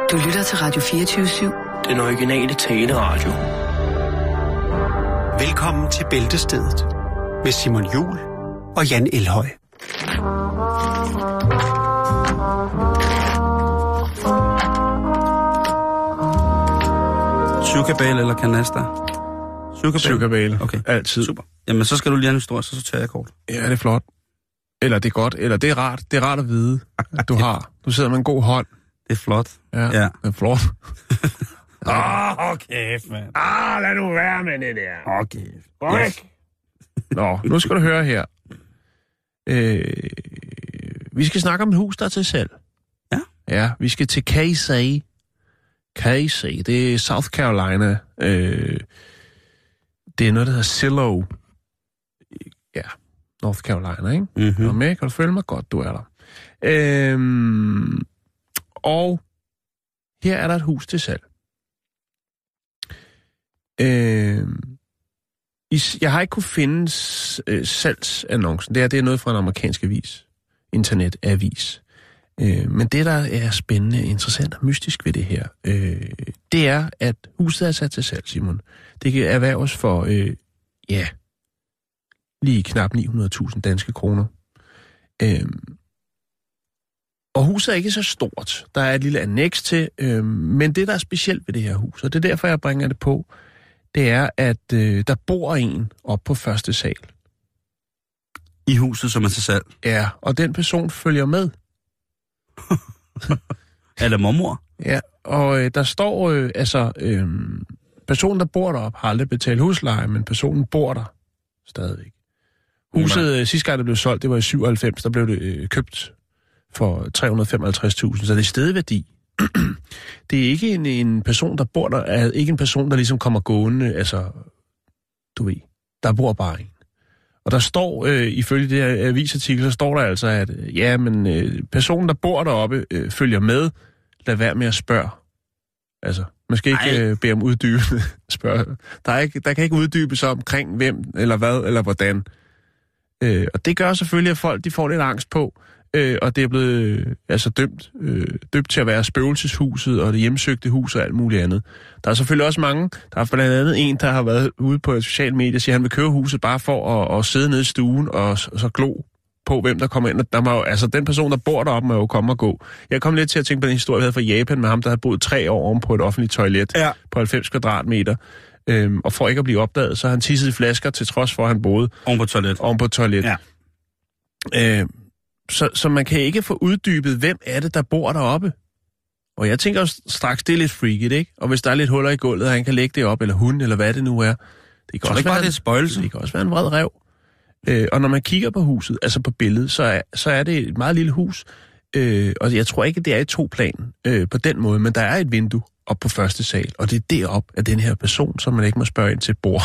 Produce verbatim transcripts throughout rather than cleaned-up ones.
Du lytter til Radio fireogtyve syv. Den originale taleradio. Velkommen til Bæltestedet med Simon Juhl og Jan Elhøj. Syvkabale eller kanasta? Syvkabale? Syvkabale. Okay. Altid. Super. Jamen, så skal du lige have en historie, så sorterer jeg kort. Ja, det er flot. Eller det er godt, eller det er rart. Det er rart at vide, at du har. Du sidder med en god hånd. Det er flot. Ja, ja. Det er flot. Åh, oh, okay, mand. Ah, lad nu være med det der. Okay. Yes. Nå, nu skal du høre her. Øh, vi skal snakke om et hus, der er til salg. Ja? Ja, vi skal til K C. K C, det er South Carolina. Øh, det er noget, der hedder Silo. Ja, North Carolina, ikke? Mm-hmm. Er du med? Kan du følge mig godt, du er der. Øh, og her er der et hus til salg. Øh, jeg har ikke kunne finde øh, salgsannoncen. Det er, det er noget fra en amerikansk avis. Internetavis. Øh, men det, der er spændende, interessant og mystisk ved det her, øh, det er, at huset er sat til salg, Simon. Det kan erhverves for, øh, ja, lige knap ni hundrede tusind danske kroner. Øh, og huset er ikke så stort. Der er et lille anneks til, øh, men det, der er specielt ved det her hus, og det er derfor, jeg bringer det på, det er, at øh, der bor en op på første sal. I huset, som er til salg? Ja, og den person følger med. Er det mormor? Ja, og øh, der står, øh, altså, øh, personen, der bor deroppe, har aldrig betalt husleje, men personen bor der stadigvæk. Huset, øh, sidste gang det blev solgt, det var i syvoghalvfems, der blev det øh, købt for tre hundrede og femoghalvtreds tusind, så det er stadig værdi. Det er ikke en, en person, der bor der, er ikke en person, der ligesom kommer gående, altså, du ved, der bor bare en. Og der står, øh, ifølge det her avisartikel, så står der altså, at ja, men øh, personen, der bor deroppe, øh, følger med, lad være med at spørge. Altså, man skal ikke øh, bede om uddybende spørge. Der, er ikke, der kan ikke uddybes omkring hvem, eller hvad, eller hvordan. Øh, og det gør selvfølgelig, at folk de får lidt angst på, øh, og det er blevet øh, altså dømt, øh, dømt til at være spøgelseshuset, og det hjemsøgte hus og alt muligt andet. Der er selvfølgelig også mange, der er blandt andet en, der har været ude på et socialt medie, og siger, at han vil købe huset bare for at, at sidde nede i stuen og, og så glo på, hvem der kommer ind. Der må jo, altså, den person, der bor deroppe, må jo komme og gå. Jeg kom lidt til at tænke på den historie, vi havde fra Japan med ham, der havde boet tre år oven på et offentligt toilet ja. på halvfems kvadratmeter. Øhm, og for ikke at blive opdaget, så har han tisset i flasker, til trods for, at han boede oven på toilet. Oven på toilet. Ja. Øh, så, så man kan ikke få uddybet, hvem er det, der bor deroppe. Og jeg tænker også straks, det er lidt freaky, ikke? Og hvis der er lidt huller i gulvet, og han kan lægge det op, eller hun, eller hvad det nu er. Det kan, så også, det være, det, spøjelse. det kan også være en vred ræv. Øh, og når man kigger på huset, altså på billedet, så er, så er det et meget lille hus. Øh, og jeg tror ikke, det er i to plan øh, på den måde, men der er et vindue op på første sal, og det er derop af den her person, som man ikke må spørge ind til bord.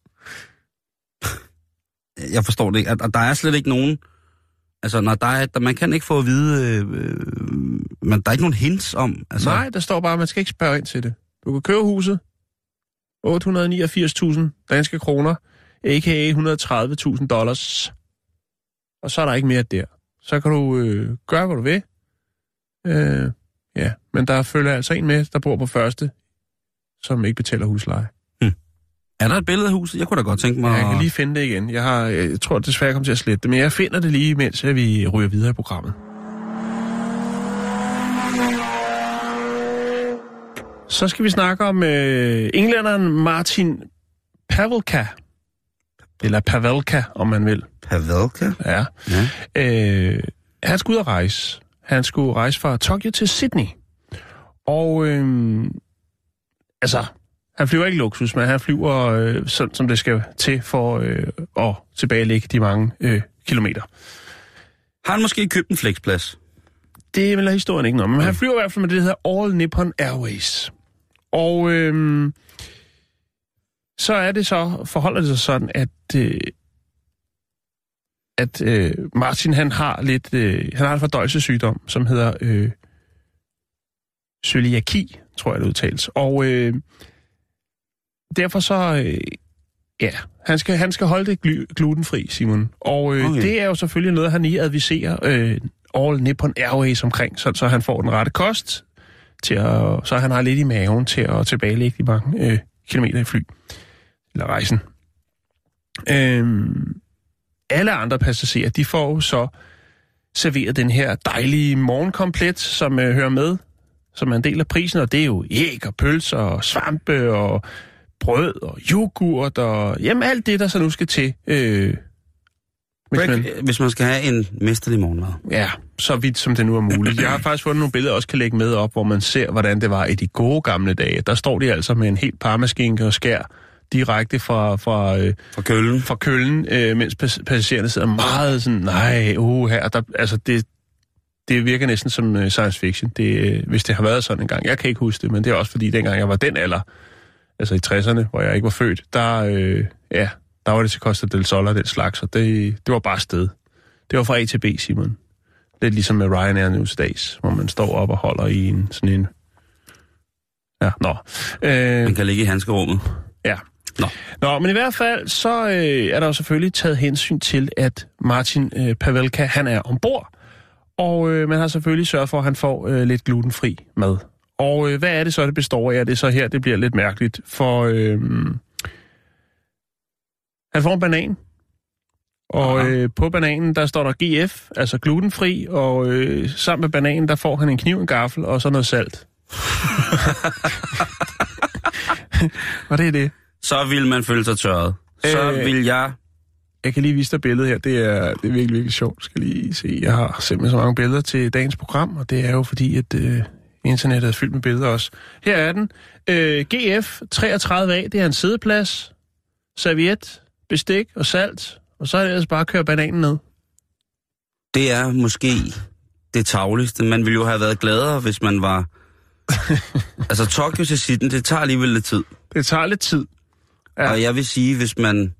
Jeg forstår det ikke. Og der er slet ikke nogen... Altså, når der er, der, man kan ikke få at vide... Øh, men der er ikke nogen hints om... Altså... Nej, der står bare, at man skal ikke spørge ind til det. Du kan købe huset. otte hundrede og niogfirs tusind danske kroner. A K A et hundrede og tredive tusind dollars. Og så er der ikke mere der. Så kan du øh, gøre, hvad du vil. Øh, ja, men der følger altså en med, der bor på første, som ikke betaler husleje. Hmm. Er der et billede af huset? Jeg kunne da godt tænke mig... Ja, jeg kan lige finde det igen. Jeg, har, jeg tror desværre, jeg kommer til at slette det, men jeg finder det lige, mens vi ryger videre i programmet. Så skal vi snakke om øh, englænderen Martin Pavelka. Eller Pavelka, om man vil. Pavelka? Ja. ja. Øh, han skulle ud at rejse. Han skulle rejse fra Tokyo til Sydney. Og øh, altså, han flyver ikke luksus, men han flyver øh, sådan, som det skal til for øh, at tilbagelægge de mange øh, kilometer. Har han måske købt en flexplads? Det vil historien ikke noget, men han flyver i hvert fald med det, der hedder All Nippon Airways. Og øh, så er det så, forholder det sig sådan, at, øh, at øh, Martin, han har lidt, øh, han har en fordøjelsessygdom, som hedder øh, cøliaki, tror jeg det udtales. Og øh, derfor så, øh, ja, han skal, han skal holde det gly, glutenfri, Simon. Og øh, okay. Det er jo selvfølgelig noget, han lige adviserer øh, All Nippon Airways omkring, så, så han får den rette kost, til at, så han har lidt i maven til at tilbagelægge de mange øh, kilometer i fly, eller rejsen. Øhm, alle andre passagerer, de får så serveret den her dejlige morgenkomplet, som øh, hører med, som er en del af prisen, og det er jo æg og pølser og svampe og brød og yoghurt og jamen alt det, der så nu skal til. Øh, hvis, Break, man, hvis man skal have en mesterlig morgenmad. ja, så vidt som det nu er muligt. Jeg har faktisk fundet nogle billeder, også kan lægge med op, hvor man ser, hvordan det var i de gode gamle dage. Der står de altså med en helt parmaskinke og skær direkte fra, fra, øh, fra Køln, fra Køln øh, mens passagererne sidder meget sådan, nej, uh, her, der, altså det, det virker næsten som uh, science fiction, det, hvis det har været sådan en gang. Jeg kan ikke huske det, men det er også fordi, dengang jeg var den alder, altså i tresserne, hvor jeg ikke var født, der, øh, ja, der var det til Costa del Sol og den slags, og det, det var bare sted. Det var fra A til B, Simon. Lidt ligesom med Ryanair nu til dags, hvor man står op og holder i en sådan en... Ja, nå. Øh, man kan ligge i handskerummet. Ja. Nå. Nå, men i hvert fald, så øh, er der jo selvfølgelig taget hensyn til, at Martin øh, Pavelka, han er ombord, og øh, man har selvfølgelig sørget for, at han får øh, lidt glutenfri mad. Og øh, hvad er det så, det består af? Det er så her, det bliver lidt mærkeligt, for øh, han får en banan, og øh, på bananen, der står der G F, altså glutenfri, og øh, sammen med bananen, der får han en kniv, en gaffel og så noget salt. Og det er det. Så vil man føle sig tørret. Så øh, vil jeg... Jeg kan lige vise dig billedet her. Det er, det er virkelig, virkelig sjovt. Skal lige se. Jeg har simpelthen så mange billeder til dagens program, og det er jo fordi, at øh, internettet er fyldt med billeder også. Her er den. Øh, G F treogtredive A, det er en sædeplads, serviet, bestik og salt, og så er det ellers bare at køre bananen ned. Det er måske det tavligste. Man ville jo have været gladere, hvis man var... altså Tokyo til Sydney, det tager alligevel lidt tid. Det tager lidt tid. Ja. Og jeg vil sige, hvis man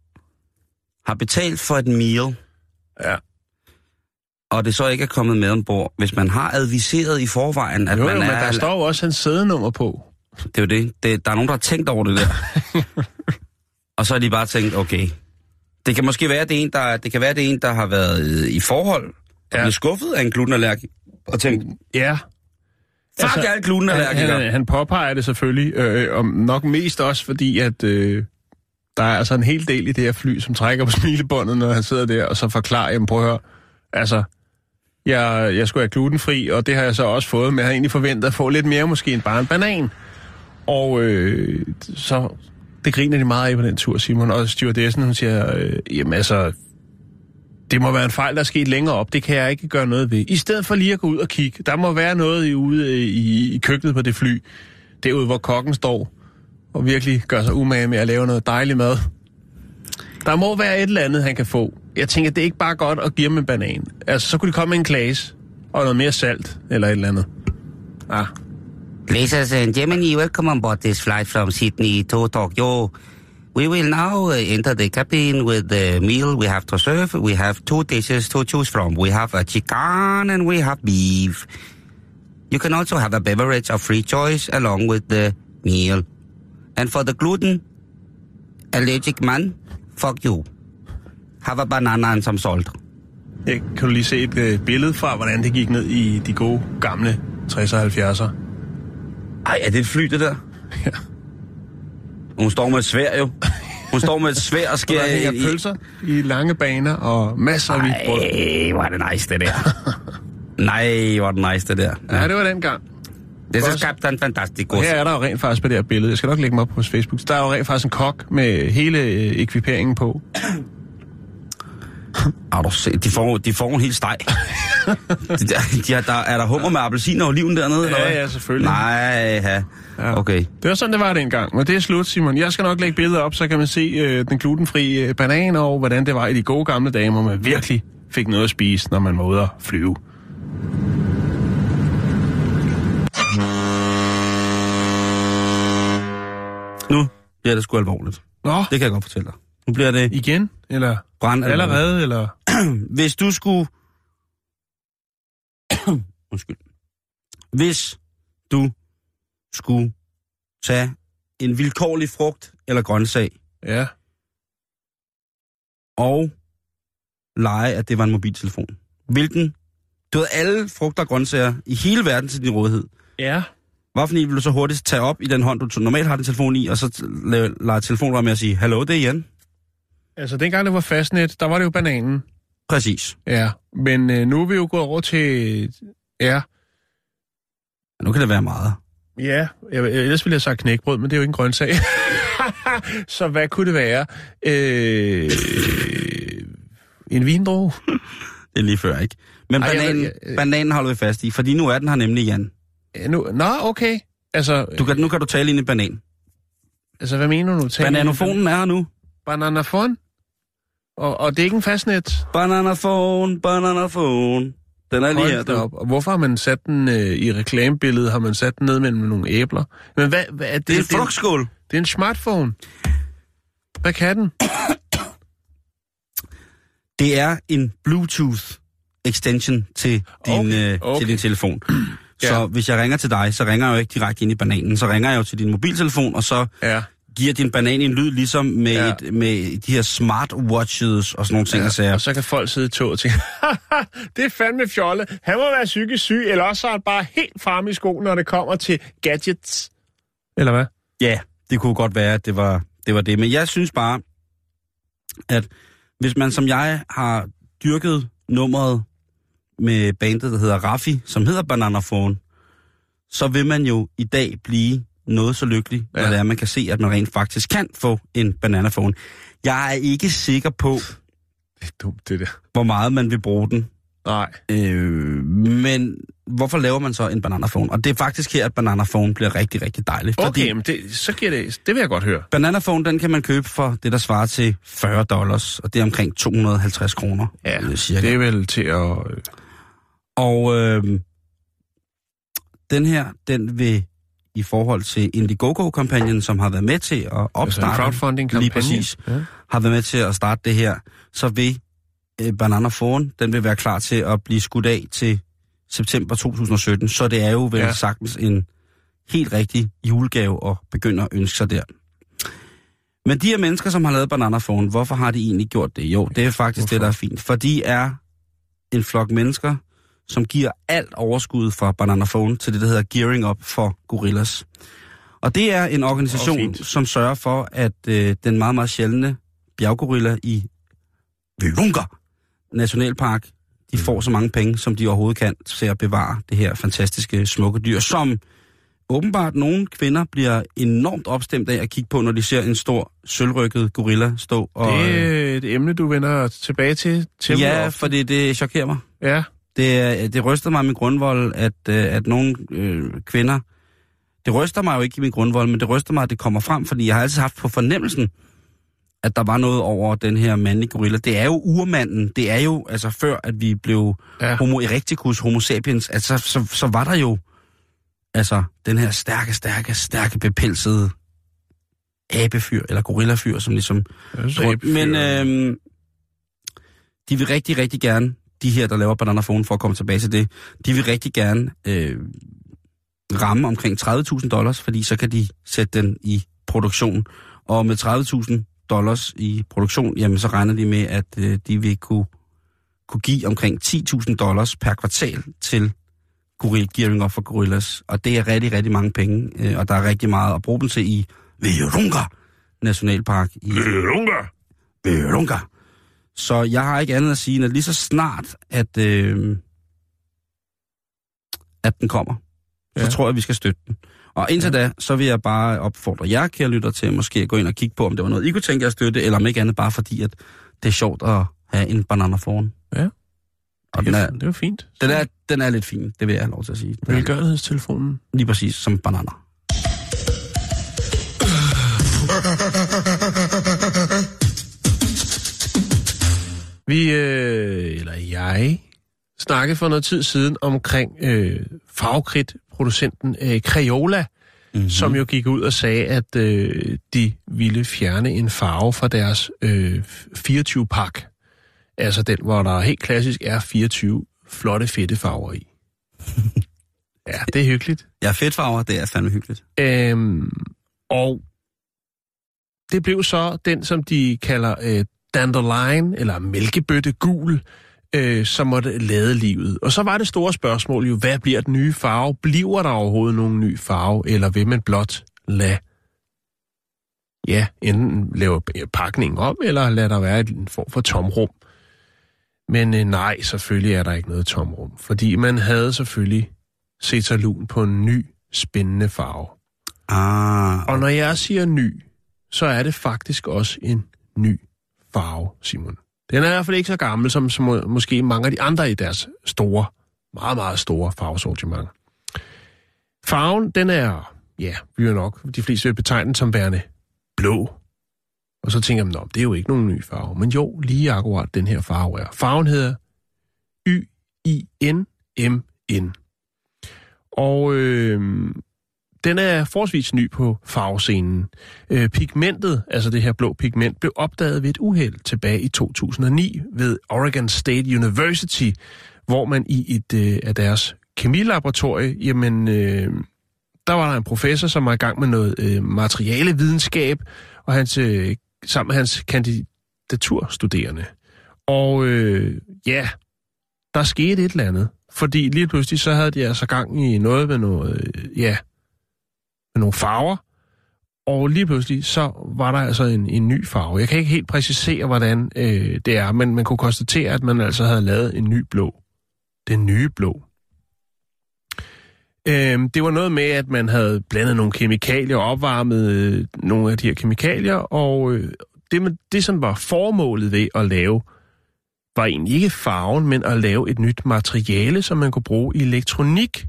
har betalt for et meal, ja. og det så ikke er kommet med ombord, hvis man har adviseret i forvejen, at jo, man jo, er... men der står jo også hans sædenummer på. Det er jo det. det. Der er nogen, der har tænkt over det der. Og så har de bare tænkt, okay, det kan måske være, det en, der, det kan være, det en, der har været i forhold, og ja. blev skuffet af en glutenallergi, og tænkt, ja. fuck, altså, jeg er glutenallergiker. Han, han, han påpeger det selvfølgelig, øh, og nok mest også fordi, at øh, der er altså en hel del i det her fly, som trækker på smilebåndet, når han sidder der, og så forklarer, jamen prøv at høre, altså, jeg, jeg skulle have glutenfri, og det har jeg så også fået, men jeg har egentlig forventet at få lidt mere, måske end bare en banan. Og øh, så, det griner de meget af på den tur, Simon, og stewardessen, hun siger, øh, jamen altså, det må være en fejl, der er sket længere op. Det kan jeg ikke gøre noget ved. I stedet for lige at gå ud og kigge. Der må være noget ude i, i køkkenet på det fly. Derude, hvor kokken står og virkelig gør sig umage med at lave noget dejlig mad. Der må være et eller andet, han kan få. Jeg tænker, det er ikke bare godt at give ham en banan. Altså, så kunne de komme med en klase og noget mere salt eller et eller andet. Ah. Ladies and gentlemen, welcome on board this flight from Sydney to Tokyo. We will now uh, enter the cabin with the meal we have to serve. We have two dishes to choose from. We have a chicken and we have beef. You can also have a beverage of free choice along with the meal. And for the gluten allergic man, fuck you. Have a banana and some salt. Jeg kan du lige se et uh, billede fra, hvordan det gik ned i de gode gamle tresser og halvfjerdser. Ej, er det et fly, det der? Ja. Hun står med et sværd, jo. Hun står med et sværd og skærer i... Der hænger pølser i lange baner og masser af hvidt brød. Ej, hvor er det nice, det der. Nej, hvor er det nice, det der. Ja, ja det var den gang. Det er så Captain Fantastico. Her er der jo rent faktisk på det her billede. Jeg skal nok lægge dem op på Facebook. Der er jo rent faktisk en kok med hele øh, ekviperingen på. Har du set? De får, de får en helt steg. de, de har, der, er der hummer med appelsin og oliven dernede? Ja, eller hvad? ja, selvfølgelig. Nej, ja. Okay. Det var sådan, det var dengang. Men det er slut, Simon. Jeg skal nok lægge billeder op, så kan man se øh, den glutenfri øh, banan og hvordan det var i de gode gamle dage, hvor man virkelig fik noget at spise, når man var ude at flyve. Nu bliver det sgu alvorligt. Nå. Det kan jeg godt fortælle dig. Nu bliver det... Igen? Eller brand allerede? Eller? Hvis du skulle... Undskyld. Hvis du skulle tage en vilkårlig frugt eller grøntsag... Ja. Og lege, at det var en mobiltelefon. Hvilken... Du havde alle frugter og grøntsager i hele verden til din rådighed. Ja. Hvad for en vil du så hurtigt tage op i den hånd, du normalt har din telefon i, og så lader telefonen være med at sige, hallo, det er Jan. Altså, dengang det var fastnet, der var det jo bananen. Præcis. Ja, men øh, nu er vi jo gået over til... Ja. Nu kan det være meget. Ja, jeg, ellers ville jeg have sagt knækbrød, men det er jo ikke en grøntsag. Så hvad kunne det være? Øh, en vindrue? Det er lige før, ikke? Men Ej, bananen, jeg, jeg, bananen holder vi fast i, fordi nu er den her nemlig, Jan. Ja, nu, nå, okay. Altså, Du kan, nu kan du tale ind i banan. Altså, hvad mener du? Bananofonen er her nu. Bananafon? Og, og det er ikke en fastnet? Bananafon, bananafon. Den er lige her. Den. Og hvorfor har man sat den øh, i reklamebilledet? Har man sat den ned mellem nogle æbler? Men hvad, hvad er det? Det er en frugtskål. Det, det er en smartphone. Hvad kan den? Det er en Bluetooth extension til din, okay, øh, okay. til din telefon. Ja. Så hvis jeg ringer til dig, så ringer jeg jo ikke direkte ind i bananen. Så ringer jeg jo til din mobiltelefon, og så ja. giver din banan en lyd, ligesom med, ja. et, med de her smartwatches og sådan nogle ting, ja. der siger. Og så kan folk sidde i tog og tænke, det er fandme fjolle. Han må være psykisk syg, eller også er han bare helt fremme i skoen, når det kommer til gadgets. Eller hvad? Ja, det kunne godt være, at det var det. Var det. Men jeg synes bare, at hvis man som jeg har dyrket nummeret med bandet, der hedder Raffi, som hedder Bananafon, så vil man jo i dag blive noget så lykkelig, ja. Når det er, man kan se, at man rent faktisk kan få en Bananafon. Jeg er ikke sikker på, det er dumt, det der. hvor meget man vil bruge den. Nej. Øh, men hvorfor laver man så en Bananafon? Og det er faktisk her, at Bananafon bliver rigtig, rigtig dejligt. Okay, men det, så giver det, det vil jeg godt høre. Bananafon, den kan man købe for det, der svarer til fyrre dollars, og det er omkring to hundrede og halvtreds kroner. Ja, øh, cirka. Det er vel til at... Øh... Og øh, den her, den vil i forhold til Indiegogo-kampagnen, som har været med til at opstarte, altså crowdfunding-kampagne, lige præcis, ja. har været med til at starte det her, så vil øh, Bananafon, den vil være klar til at blive skudt af til september to tusind og sytten, så det er jo vel ja. sagtens en helt rigtig julegave at begynde at ønske sig der. Men de her mennesker, som har lavet Bananafon, hvorfor har de egentlig gjort det? Jo, det er faktisk hvorfor? Det, der er fint. For de er en flok mennesker, som giver alt overskud fra Bananafon til det, der hedder Gearing Up for Gorillas. Og det er en organisation, som sørger for, at øh, den meget, meget sjældne bjerggorilla i Virunga Nationalpark, de får så mange penge, som de overhovedet kan, til at bevare det her fantastiske, smukke dyr, som åbenbart nogle kvinder bliver enormt opstemt af at kigge på, når de ser en stor, sølvrykket gorilla stå. Og, det er et emne, du vender tilbage til. til ja, for det, det chokerer mig. Ja. Det, det ryster mig i min grundvold, at, at nogle øh, kvinder... Det ryster mig jo ikke i min grundvold, men det ryster mig, at det kommer frem, fordi jeg har altid haft på fornemmelsen, at der var noget over den her mandlige gorilla. Det er jo urmanden. Det er jo, altså før, at vi blev ja. Homo erecticus, homo sapiens, altså så, så var der jo altså den her stærke, stærke, stærke bepelsede abefyr, eller gorillafyr, som ligesom... Men øh, de vil rigtig, rigtig gerne, de her, der laver Bananafon, for at komme tilbage til det, de vil rigtig gerne øh, ramme omkring tredive tusind dollars, fordi så kan de sætte den i produktion. Og med tredive tusind dollars i produktion, jamen så regner de med, at øh, de vil kunne, kunne give omkring ti tusind dollars per kvartal til gorilla, Gearing Up for Gorillas. Og det er rigtig, rigtig mange penge, øh, og der er rigtig meget at bruge dem til i Virunga Nationalpark. I Virunga? Virunga. Så jeg har ikke andet at sige, end at lige så snart, at, øh, at den kommer, ja. Så tror jeg, at vi skal støtte den. Og indtil ja. Da, så vil jeg bare opfordre jer, kære lytter, til at måske gå ind og kigge på, om det var noget, I kunne tænke jer at støtte, eller om ikke andet bare fordi, at det er sjovt at have en Bananafon. Ja, og det, den er, det er jo fint. Den er, den er lidt fin, det vil jeg have lov til at sige. Velgørenhedstelefonen. Lige præcis, som bananer. Vi, øh, eller jeg, snakkede for noget tid siden omkring øh, farvekridt-producenten øh, Crayola, mm-hmm. som jo gik ud og sagde, at øh, de ville fjerne en farve fra deres øh, fireogtyve-pak. Altså den, hvor der helt klassisk er fireogtyve flotte fedtefarver i. Ja, det er hyggeligt. Ja, fedtfarver, det er fandme hyggeligt. Øhm, og det blev så den, som de kalder øh, dandelion, eller mælkebøtte gul, øh, som måtte lade livet. Og så var det store spørgsmål jo, hvad bliver den nye farve? Bliver der overhovedet nogen ny farve, eller vil man blot lade, ja, enten lave pakningen om, eller lade der være en form for tomrum? Men øh, nej, selvfølgelig er der ikke noget tomrum, fordi man havde selvfølgelig set sig lun på en ny, spændende farve. Ah. Og når jeg siger ny, så er det faktisk også en ny farve, Simon. Den er i hvert fald ikke så gammel, som, som må, måske mange af de andre i deres store, meget, meget store farvesortiment. Farven, den er, ja, vi er nok, de fleste vil betegne den som værende blå. Og så tænker man, nå, det er jo ikke nogen ny farve. Men jo, lige akkurat den her farve er. Farven hedder Y I N M N. Og øh, den er forholdsvis ny på farvescenen. Øh, pigmentet, altså det her blå pigment, blev opdaget ved et uheld tilbage i to tusind og ni ved Oregon State University, hvor man i et øh, af deres kemilaboratorie, jamen, øh, der var der en professor, som var i gang med noget øh, materialevidenskab, og hans, øh, sammen med hans kandidaturstuderende. Og øh, ja, der skete et eller andet. Fordi lige pludselig så havde de altså gang i noget med noget, ja, med nogle farver. Og lige pludselig så var der altså en, en ny farve. Jeg kan ikke helt præcisere, hvordan øh, det er, men man kunne konstatere, at man altså havde lavet en ny blå. Den nye blå. Øh, det var noget med, at man havde blandet nogle kemikalier og opvarmet øh, nogle af de her kemikalier, og øh, det, det, som var formålet ved at lave, var egentlig ikke farven, men at lave et nyt materiale, som man kunne bruge i elektronik.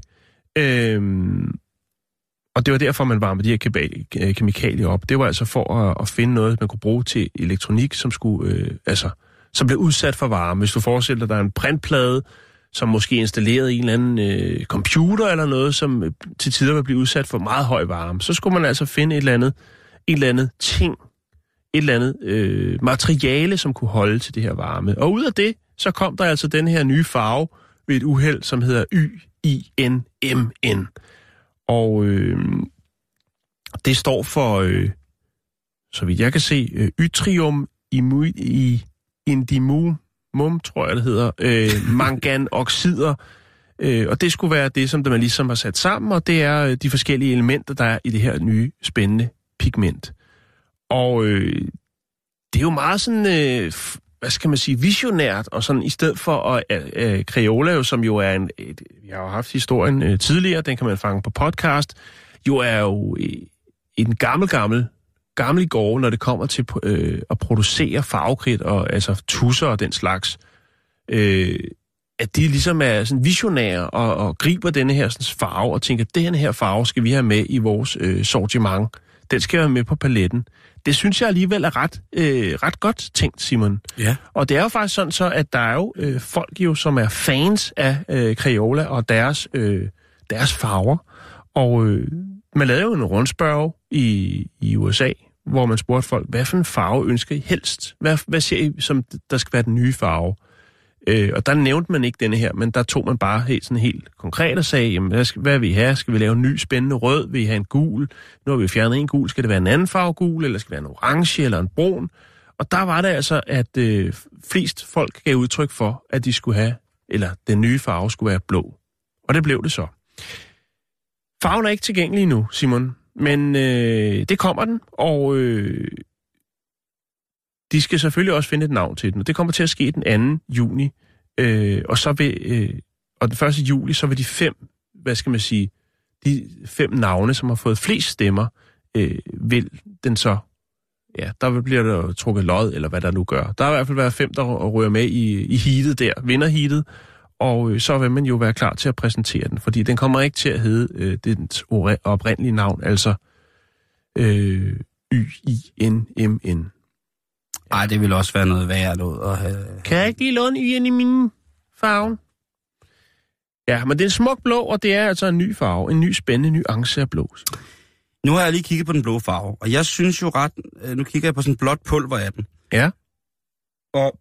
Øhm, og det var derfor, man varmede de her kemikalier op. Det var altså for at, at finde noget, man kunne bruge til elektronik, som skulle, øh, altså, som blev udsat for varme. Hvis du forestiller dig, der er en printplade, som måske installeret i en eller anden øh, computer eller noget, som øh, til tider vil blive udsat for meget høj varme, så skulle man altså finde et eller andet, et eller andet ting, et eller andet øh, materiale, som kunne holde til det her varme. Og ud af det, så kom der altså den her nye farve ved et uheld, som hedder Y I N M N. Og øh, det står for, øh, så vidt jeg kan se, øh, yttrium i indimum, tror jeg det hedder, øh, manganoxider. Øh, og det skulle være det, som man ligesom har sat sammen, og det er øh, de forskellige elementer, der er i det her nye, spændende pigment. Og øh, det er jo meget sådan, øh, hvad skal man sige, visionært, og sådan i stedet for at øh, Crayola, jo, som jo er en, et, jeg har jo haft historien øh, tidligere, den kan man fange på podcast, jo er jo øh, en gammel, gammel, gammel gård, når det kommer til øh, at producere farvekridt, og altså tusser og den slags, øh, at de ligesom er sådan visionære, og, og griber denne her sådan, farve, og tænker, den her farve skal vi have med i vores øh, sortiment. Den skal være med på paletten. Det synes jeg alligevel er ret, øh, ret godt tænkt, Simon. Ja. Og det er jo faktisk sådan så, at der er jo øh, folk, jo, som er fans af øh, Crayola og deres, øh, deres farver. Og øh, man lavede jo en rundspørge i, i U S A, hvor man spurgte folk, hvad for en farve ønsker I helst? Hvad, hvad ser I, som der skal være den nye farve? Øh, og der nævnte man ikke denne her, men der tog man bare helt, sådan helt konkret og sagde, jamen, hvad, skal, hvad vil I have? Skal vi lave en ny spændende rød? Vil I have en gul? Nu har vi fjernet en gul. Skal det være en anden farve gul, eller skal det være en orange eller en brun? Og der var det altså, at øh, flest folk gav udtryk for, at de skulle have, eller den nye farve skulle være blå. Og det blev det så. Farven er ikke tilgængelig nu, Simon, men øh, det kommer den, og øh, de skal selvfølgelig også finde et navn til den, og det kommer til at ske den anden juni, øh, og så vil, øh, og den første juli, så vil de fem, hvad skal man sige, de fem navne, som har fået flest stemmer, øh, vil den så, ja, der bliver der trukket lod, eller hvad der nu gør. Der har i hvert fald været fem, der rører med i, i heatet der, vinderheatet, og øh, så vil man jo være klar til at præsentere den, fordi den kommer ikke til at hedde øh, dens oprindelige navn, altså øh, Y I N M N. Ej, det vil også være noget værre noget at have. Kan jeg ikke lige låne Y'en i min farve? Ja, men det er en smuk blå, og det er altså en ny farve. En ny spændende nuance af blå. Nu har jeg lige kigget på den blå farve, og jeg synes jo ret... Nu kigger jeg på sådan en blåt pulver af den. Ja. Og...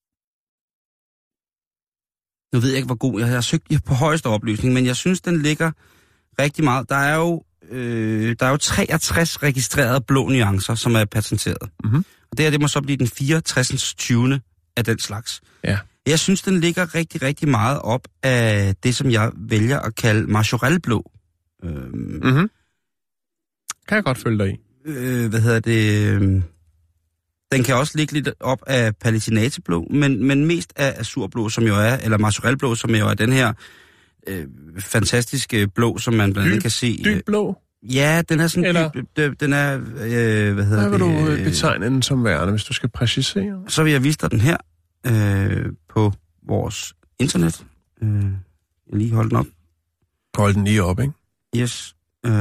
Nu ved jeg ikke, hvor god jeg har. Jeg har søgt på højeste opløsning, men jeg synes, den ligger rigtig meget. Der er jo, øh, der er jo treogtres registrerede blå nuancer, som er patenteret. Mm-hmm. Og det her, det må så blive den fireogtres tyvende af den slags. Ja. Jeg synes, den ligger rigtig, rigtig meget op af det, som jeg vælger at kalde Majorelle-blå. Øhm, mm-hmm. Kan jeg godt følge dig i. Øh, hvad hedder det? Øh, den kan også ligge lidt op af Palatinate-blå, men, men mest af Azurblå, som jo er, eller Majorelle-blå, som jo er den her øh, fantastiske blå, som man blandt andet kan se. Dyb blå? Ja, den er sådan eller, dyb, den er, øh, hvad hedder hvad det? Hvad vil du betegne den som værende, hvis du skal præcisere? Så vil jeg vise dig den her øh, på vores internet. Øh, jeg lige holde den op. Hold den lige op, ikke? Yes. Øh,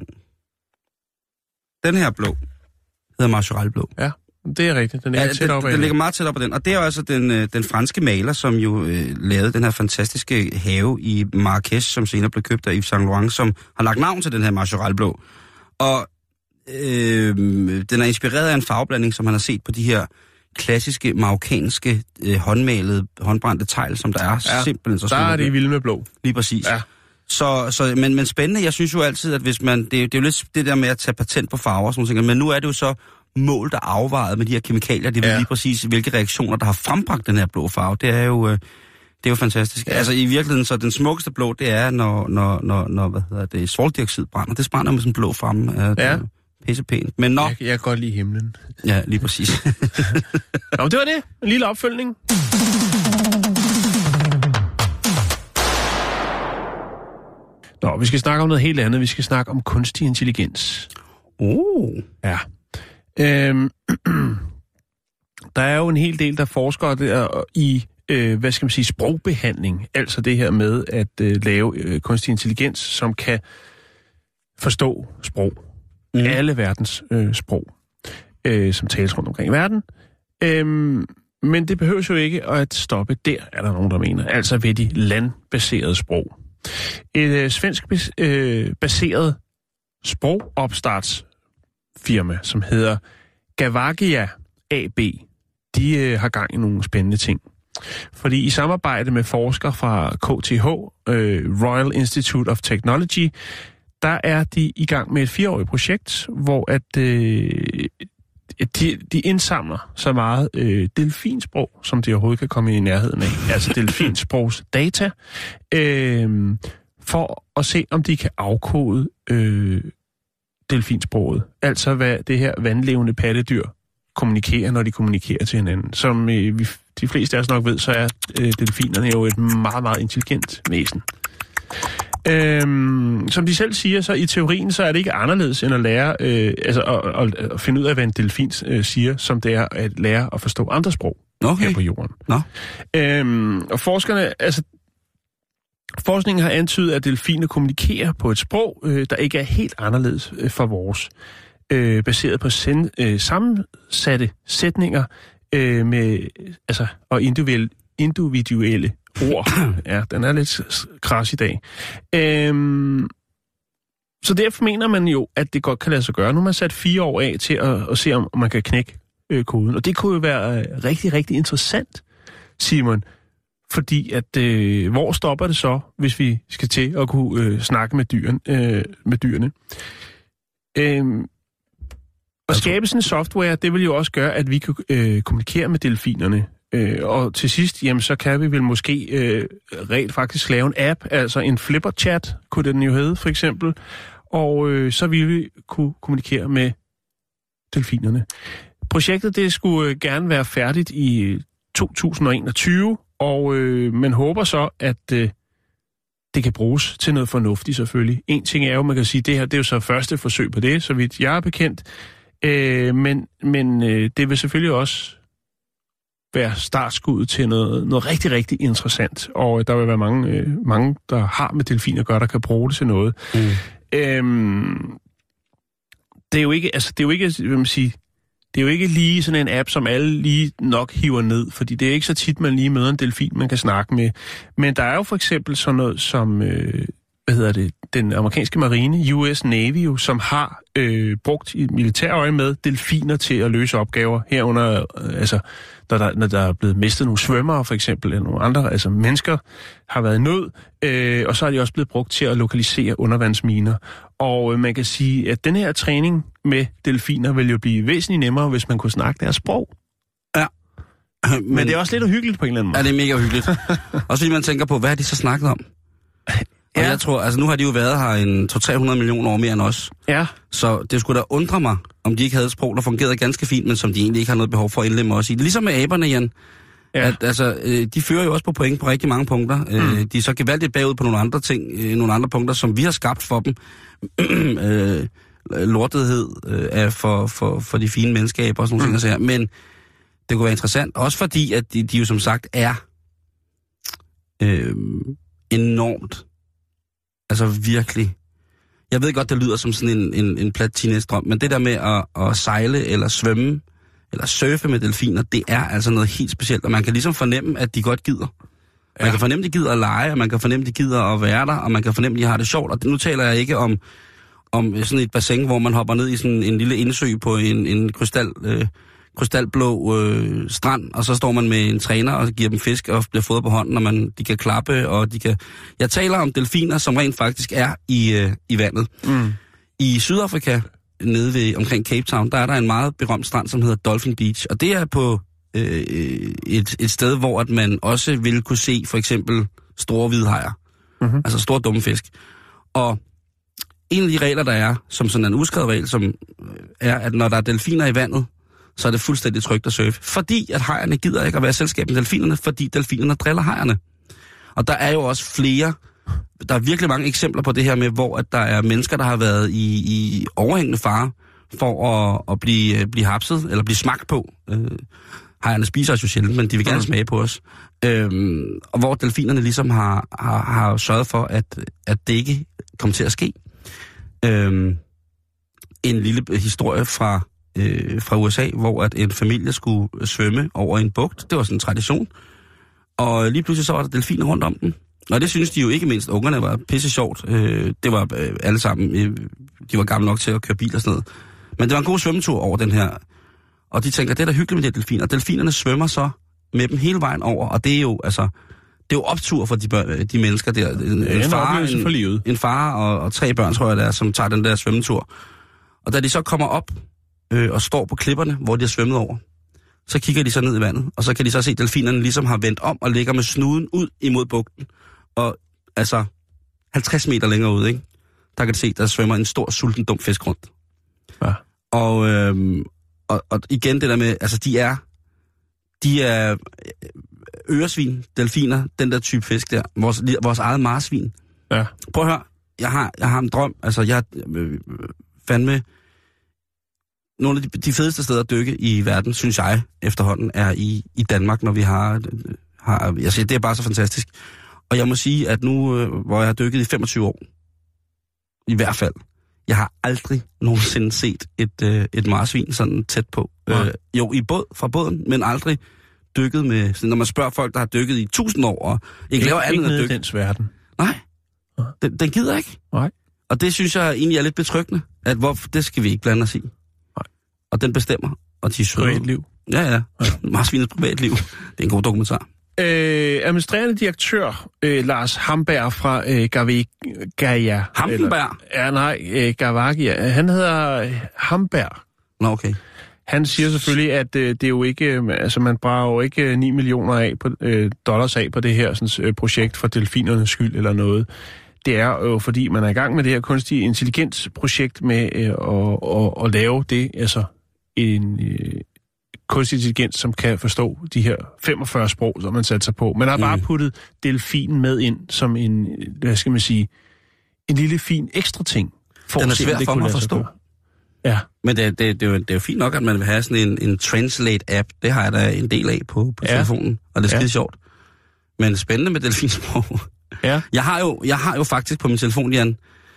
den her blå hedder Majorelle-blå. Ja, det er rigtigt. Den, er ja, tæt op den, af den ligger meget tæt op af den. Og det er jo altså den, den franske maler, som jo øh, lavede den her fantastiske have i Marrakech, som senere blev købt af Yves Saint Laurent, som har lagt navn til den her Majorelle-blå. Og øh, den er inspireret af en farveblanding, som man har set på de her klassiske, marokkanske, øh, håndmalede, håndbrændte tegl, som der er. Ja, simpelthen så der er det vilde med blå. Lige præcis. Ja. Så, så, men, men spændende, jeg synes jo altid, at hvis man, det, det er jo lidt det der med at tage patent på farver og sådan noget, men nu er det jo så målt og afvejet med de her kemikalier, det ved ja. lige præcis, hvilke reaktioner, der har frembragt den her blå farve. Det er jo, det er jo fantastisk. Ja. Altså i virkeligheden, så den smukkeste blå, det er, når, når, når, når hvad hedder det, svovldioxid brænder. Det brænder med sådan en blå farve. Ja. Pisse pænt. Men nå. Jeg, jeg kan godt lide himlen. Ja, lige præcis. Nå, det var det. En lille opfølgning. Nå, vi skal snakke om noget helt andet. Vi skal snakke om kunstig intelligens. Oh. Ja. Øhm, der er jo en hel del, der forsker der i, øh, hvad skal man sige, sprogbehandling. Altså det her med at øh, lave øh, kunstig intelligens, som kan forstå sprog. Mm. Alle verdens øh, sprog, øh, som tales rundt omkring i verden. Øhm, men det behøver jo ikke at stoppe der, er der nogen, der mener. Altså ved de landbaserede sprog. Et øh, svensk øh, baseret sprogopstartsfirma, som hedder Gavagia A B, de øh, har gang i nogle spændende ting. Fordi i samarbejde med forskere fra K T H, øh, Royal Institute of Technology, der er de i gang med et fireårigt projekt, hvor at øh, de, de indsamler så meget øh, delfinsprog, som de overhovedet kan komme i nærheden af. Altså delfinsprogs data, øh, for at se, om de kan afkode øh, delfinsproget. Altså hvad det her vandlevende pattedyr kommunikerer, når de kommunikerer til hinanden. Som øh, vi, de fleste af os nok ved, så er øh, delfinerne jo et meget, meget intelligent væsen. Øhm, som de selv siger, så i teorien, så er det ikke anderledes end at lære, øh, altså at, at, at finde ud af, hvad en delfin øh, siger, som det er at lære at forstå andre sprog okay. her på jorden. Nå. Øhm, og forskerne, altså forskningen har antydet, at delfiner kommunikerer på et sprog, øh, der ikke er helt anderledes øh, fra vores, øh, baseret på sen, øh, sammensatte sætninger øh, med, altså, og individuelle, individuelle ord. Ja, den er lidt kras i dag. Øhm, så derfor mener man jo, at det godt kan lade sig gøre. Nu har man sat fire år af til at, at se, om man kan knække øh, koden. Og det kunne jo være øh, rigtig, rigtig interessant, Simon. Fordi at, øh, hvor stopper det så, hvis vi skal til at kunne øh, snakke med, dyren, øh, med dyrene? Øhm, at skabe sådan en software, det vil jo også gøre, at vi kan øh, kommunikere med delfinerne. Øh, og til sidst, jamen, så kan vi vel måske øh, rent faktisk lave en app, altså en flipper-chat, kunne den jo hedde, for eksempel. Og øh, så vil vi kunne kommunikere med delfinerne. Projektet, det skulle øh, gerne være færdigt i to tusind og enogtyve, og øh, man håber så, at øh, det kan bruges til noget fornuftigt selvfølgelig. En ting er jo, man kan sige, det her det er jo så første forsøg på det, så vidt jeg er bekendt. Øh, men men øh, det vil selvfølgelig også være startskuddet til noget, noget rigtig, rigtig interessant. Og der vil være mange, øh, mange, der har med delfiner at gøre, der kan bruge det til noget. Mm. Øhm, det er jo ikke, altså, det er jo ikke, hvad man siger, det er jo ikke lige sådan en app, som alle lige nok hiver ned, fordi det er ikke så tit, man lige møder en delfin, man kan snakke med. Men der er jo for eksempel sådan noget som, øh, hvad hedder det, den amerikanske marine, U S Navy, jo, som har øh, brugt i militærøje med delfiner til at løse opgaver herunder, øh, altså, når der, når der er blevet mistet nogle svømmere for eksempel, eller nogle andre, altså mennesker har været i nød, øh, og så er de også blevet brugt til at lokalisere undervandsminer. Og øh, man kan sige, at den her træning med delfiner vil jo blive væsentligt nemmere, hvis man kunne snakke deres sprog. Ja. Men, Men det er også lidt uhyggeligt på en eller anden måde. Ja, det er mega uhyggeligt. Også fordi man tænker på, hvad har de så snakket om? Og ja. jeg tror, altså nu har de jo været her en to til tre hundrede millioner år mere end os. Ja. Så det skulle da undre mig, om de ikke havde et sprog, der fungerede ganske fint, men som de egentlig ikke har noget behov for at indlemme os i. Ligesom med aberne, Jan. Ja. At, altså, øh, de fører jo også på point på rigtig mange punkter. Mm. Øh, de er så gevaldigt bagud på nogle andre ting, øh, nogle andre punkter, som vi har skabt for dem. øh, lortethed øh, er for, for, for de fine menneskeaber og sådan nogle mm. ting. Men det kunne være interessant, også fordi, at de, de jo som sagt er øh, enormt, altså virkelig. Jeg ved godt, det lyder som sådan en, en, en plat teenage-drøm, men det der med at, at sejle eller svømme, eller surfe med delfiner, det er altså noget helt specielt, og man kan ligesom fornemme, at de godt gider. Man ja. kan fornemme, at de gider at lege, og man kan fornemme, at de gider at være der, og man kan fornemme, at de har det sjovt. Og nu taler jeg ikke om, om sådan et bassin, hvor man hopper ned i sådan en lille indsø på en, en krystal, øh, krystalblå øh, strand, og så står man med en træner og giver dem fisk og bliver fodret på hånden, og man, de kan klappe, og de kan... Jeg taler om delfiner, som rent faktisk er i, øh, i vandet. Mm. I Sydafrika, nede ved omkring Cape Town, der er der en meget berømt strand, som hedder Dolphin Beach, og det er på øh, et, et sted, hvor at man også vil kunne se for eksempel store hvidhajer, mm-hmm. altså store dumme fisk. Og en af de regler, der er, som sådan en uskrevet regel, som er, at når der er delfiner i vandet, så er det fuldstændig trygt at surfe. Fordi at hajerne gider ikke at være selskab med delfinerne, fordi delfinerne driller hajerne. Og der er jo også flere, der er virkelig mange eksempler på det her med, hvor at der er mennesker, der har været i, i overhængende fare for at, at blive, blive hapset, eller blive smagt på. Øh, hajerne spiser os jo sjældent, men de vil gerne mm. smage på os. Øhm, og hvor delfinerne ligesom har, har, har sørget for, at, at det ikke kommer til at ske. Øhm, en lille historie fra, øh, fra U S A, hvor at en familie skulle svømme over en bugt. Det var sådan en tradition. Og lige pludselig så var der delfiner rundt om den. Og det synes de jo ikke mindst. Ungerne var pisse sjovt. Øh, det var øh, alle sammen, øh, de var gamle nok til at køre bil og sådan noget. Men det var en god svømmetur over den her. Og de tænker, det er da hyggeligt med de delfiner. Og delfinerne svømmer så med dem hele vejen over. Og det er jo, altså, det er jo optur for de, børn, de mennesker der. En, ja, en far, en, en far og, og tre børn, tror jeg det er, som tager den der svømmetur. Og da de så kommer op øh, og står på klipperne, hvor de har svømmet over, så kigger de så ned i vandet. Og så kan de så se, at delfinerne ligesom har vendt om og ligger med snuden ud imod bugten. Og altså halvtreds meter længere ude, ikke? Der kan du se, der svømmer en stor, sulten, dum fisk rundt. Ja. Og, øhm, og, og igen det der med, altså de er, de er øresvin, delfiner, den der type fisk der, vores, vores eget marsvin. Ja. Prøv at høre, jeg har, jeg har en drøm, altså jeg øh, fandme, nogle af de, de fedeste steder at dykke i verden, synes jeg efterhånden, er i, i Danmark, når vi har, har jeg siger, det er bare så fantastisk. Og jeg må sige, at nu, øh, hvor jeg har dykket i femogtyve år, i hvert fald, jeg har aldrig nogensinde set et, øh, et marsvin sådan tæt på. Ja. Øh, jo, i båd, fra båden, men aldrig dykket med... Sådan, når man spørger folk, der har dykket i tusind år, og ikke laver andet end at dykke... Ikke verden. Nej, ja. den, den gider ikke. Nej. Og det synes jeg egentlig er lidt betryggende, at hvorfor, det skal vi ikke blande os i. Nej. Og den bestemmer, og de søger... Privatliv. Ja, ja. ja. Marsvinets privatliv. Det er en god dokumentar. Øh, administrerende direktør øh, Lars Hamberg fra øh, Gavagia. Hamberg? Ja, nej, øh, Gavagia. Han hedder Hamberg. Nå, okay. Han siger selvfølgelig, at øh, det er jo ikke, øh, altså man brager jo ikke øh, ni millioner af på, øh, dollars af på det her sådan, øh, projekt for delfinernes skyld eller noget. Det er jo fordi, man er i gang med det her kunstige intelligensprojekt med øh, at, at, at lave det, altså en... Øh, kunstig intelligens, som kan forstå de her femogfyrre sprog, som man satte sig på. Man har bare mm. puttet delfinen med ind som en, hvad skal man sige, en lille fin ekstra ting. For Den er svær for mig at forstå. Ja. Men det, det, det, er jo, det er jo fint nok, at man vil have sådan en, en translate-app. Det har jeg da en del af på, på ja. telefonen, og det er skide ja. sjovt. Men spændende med delfinsprog. Ja. Jeg har jo, jeg har jo faktisk på min telefon, Jan,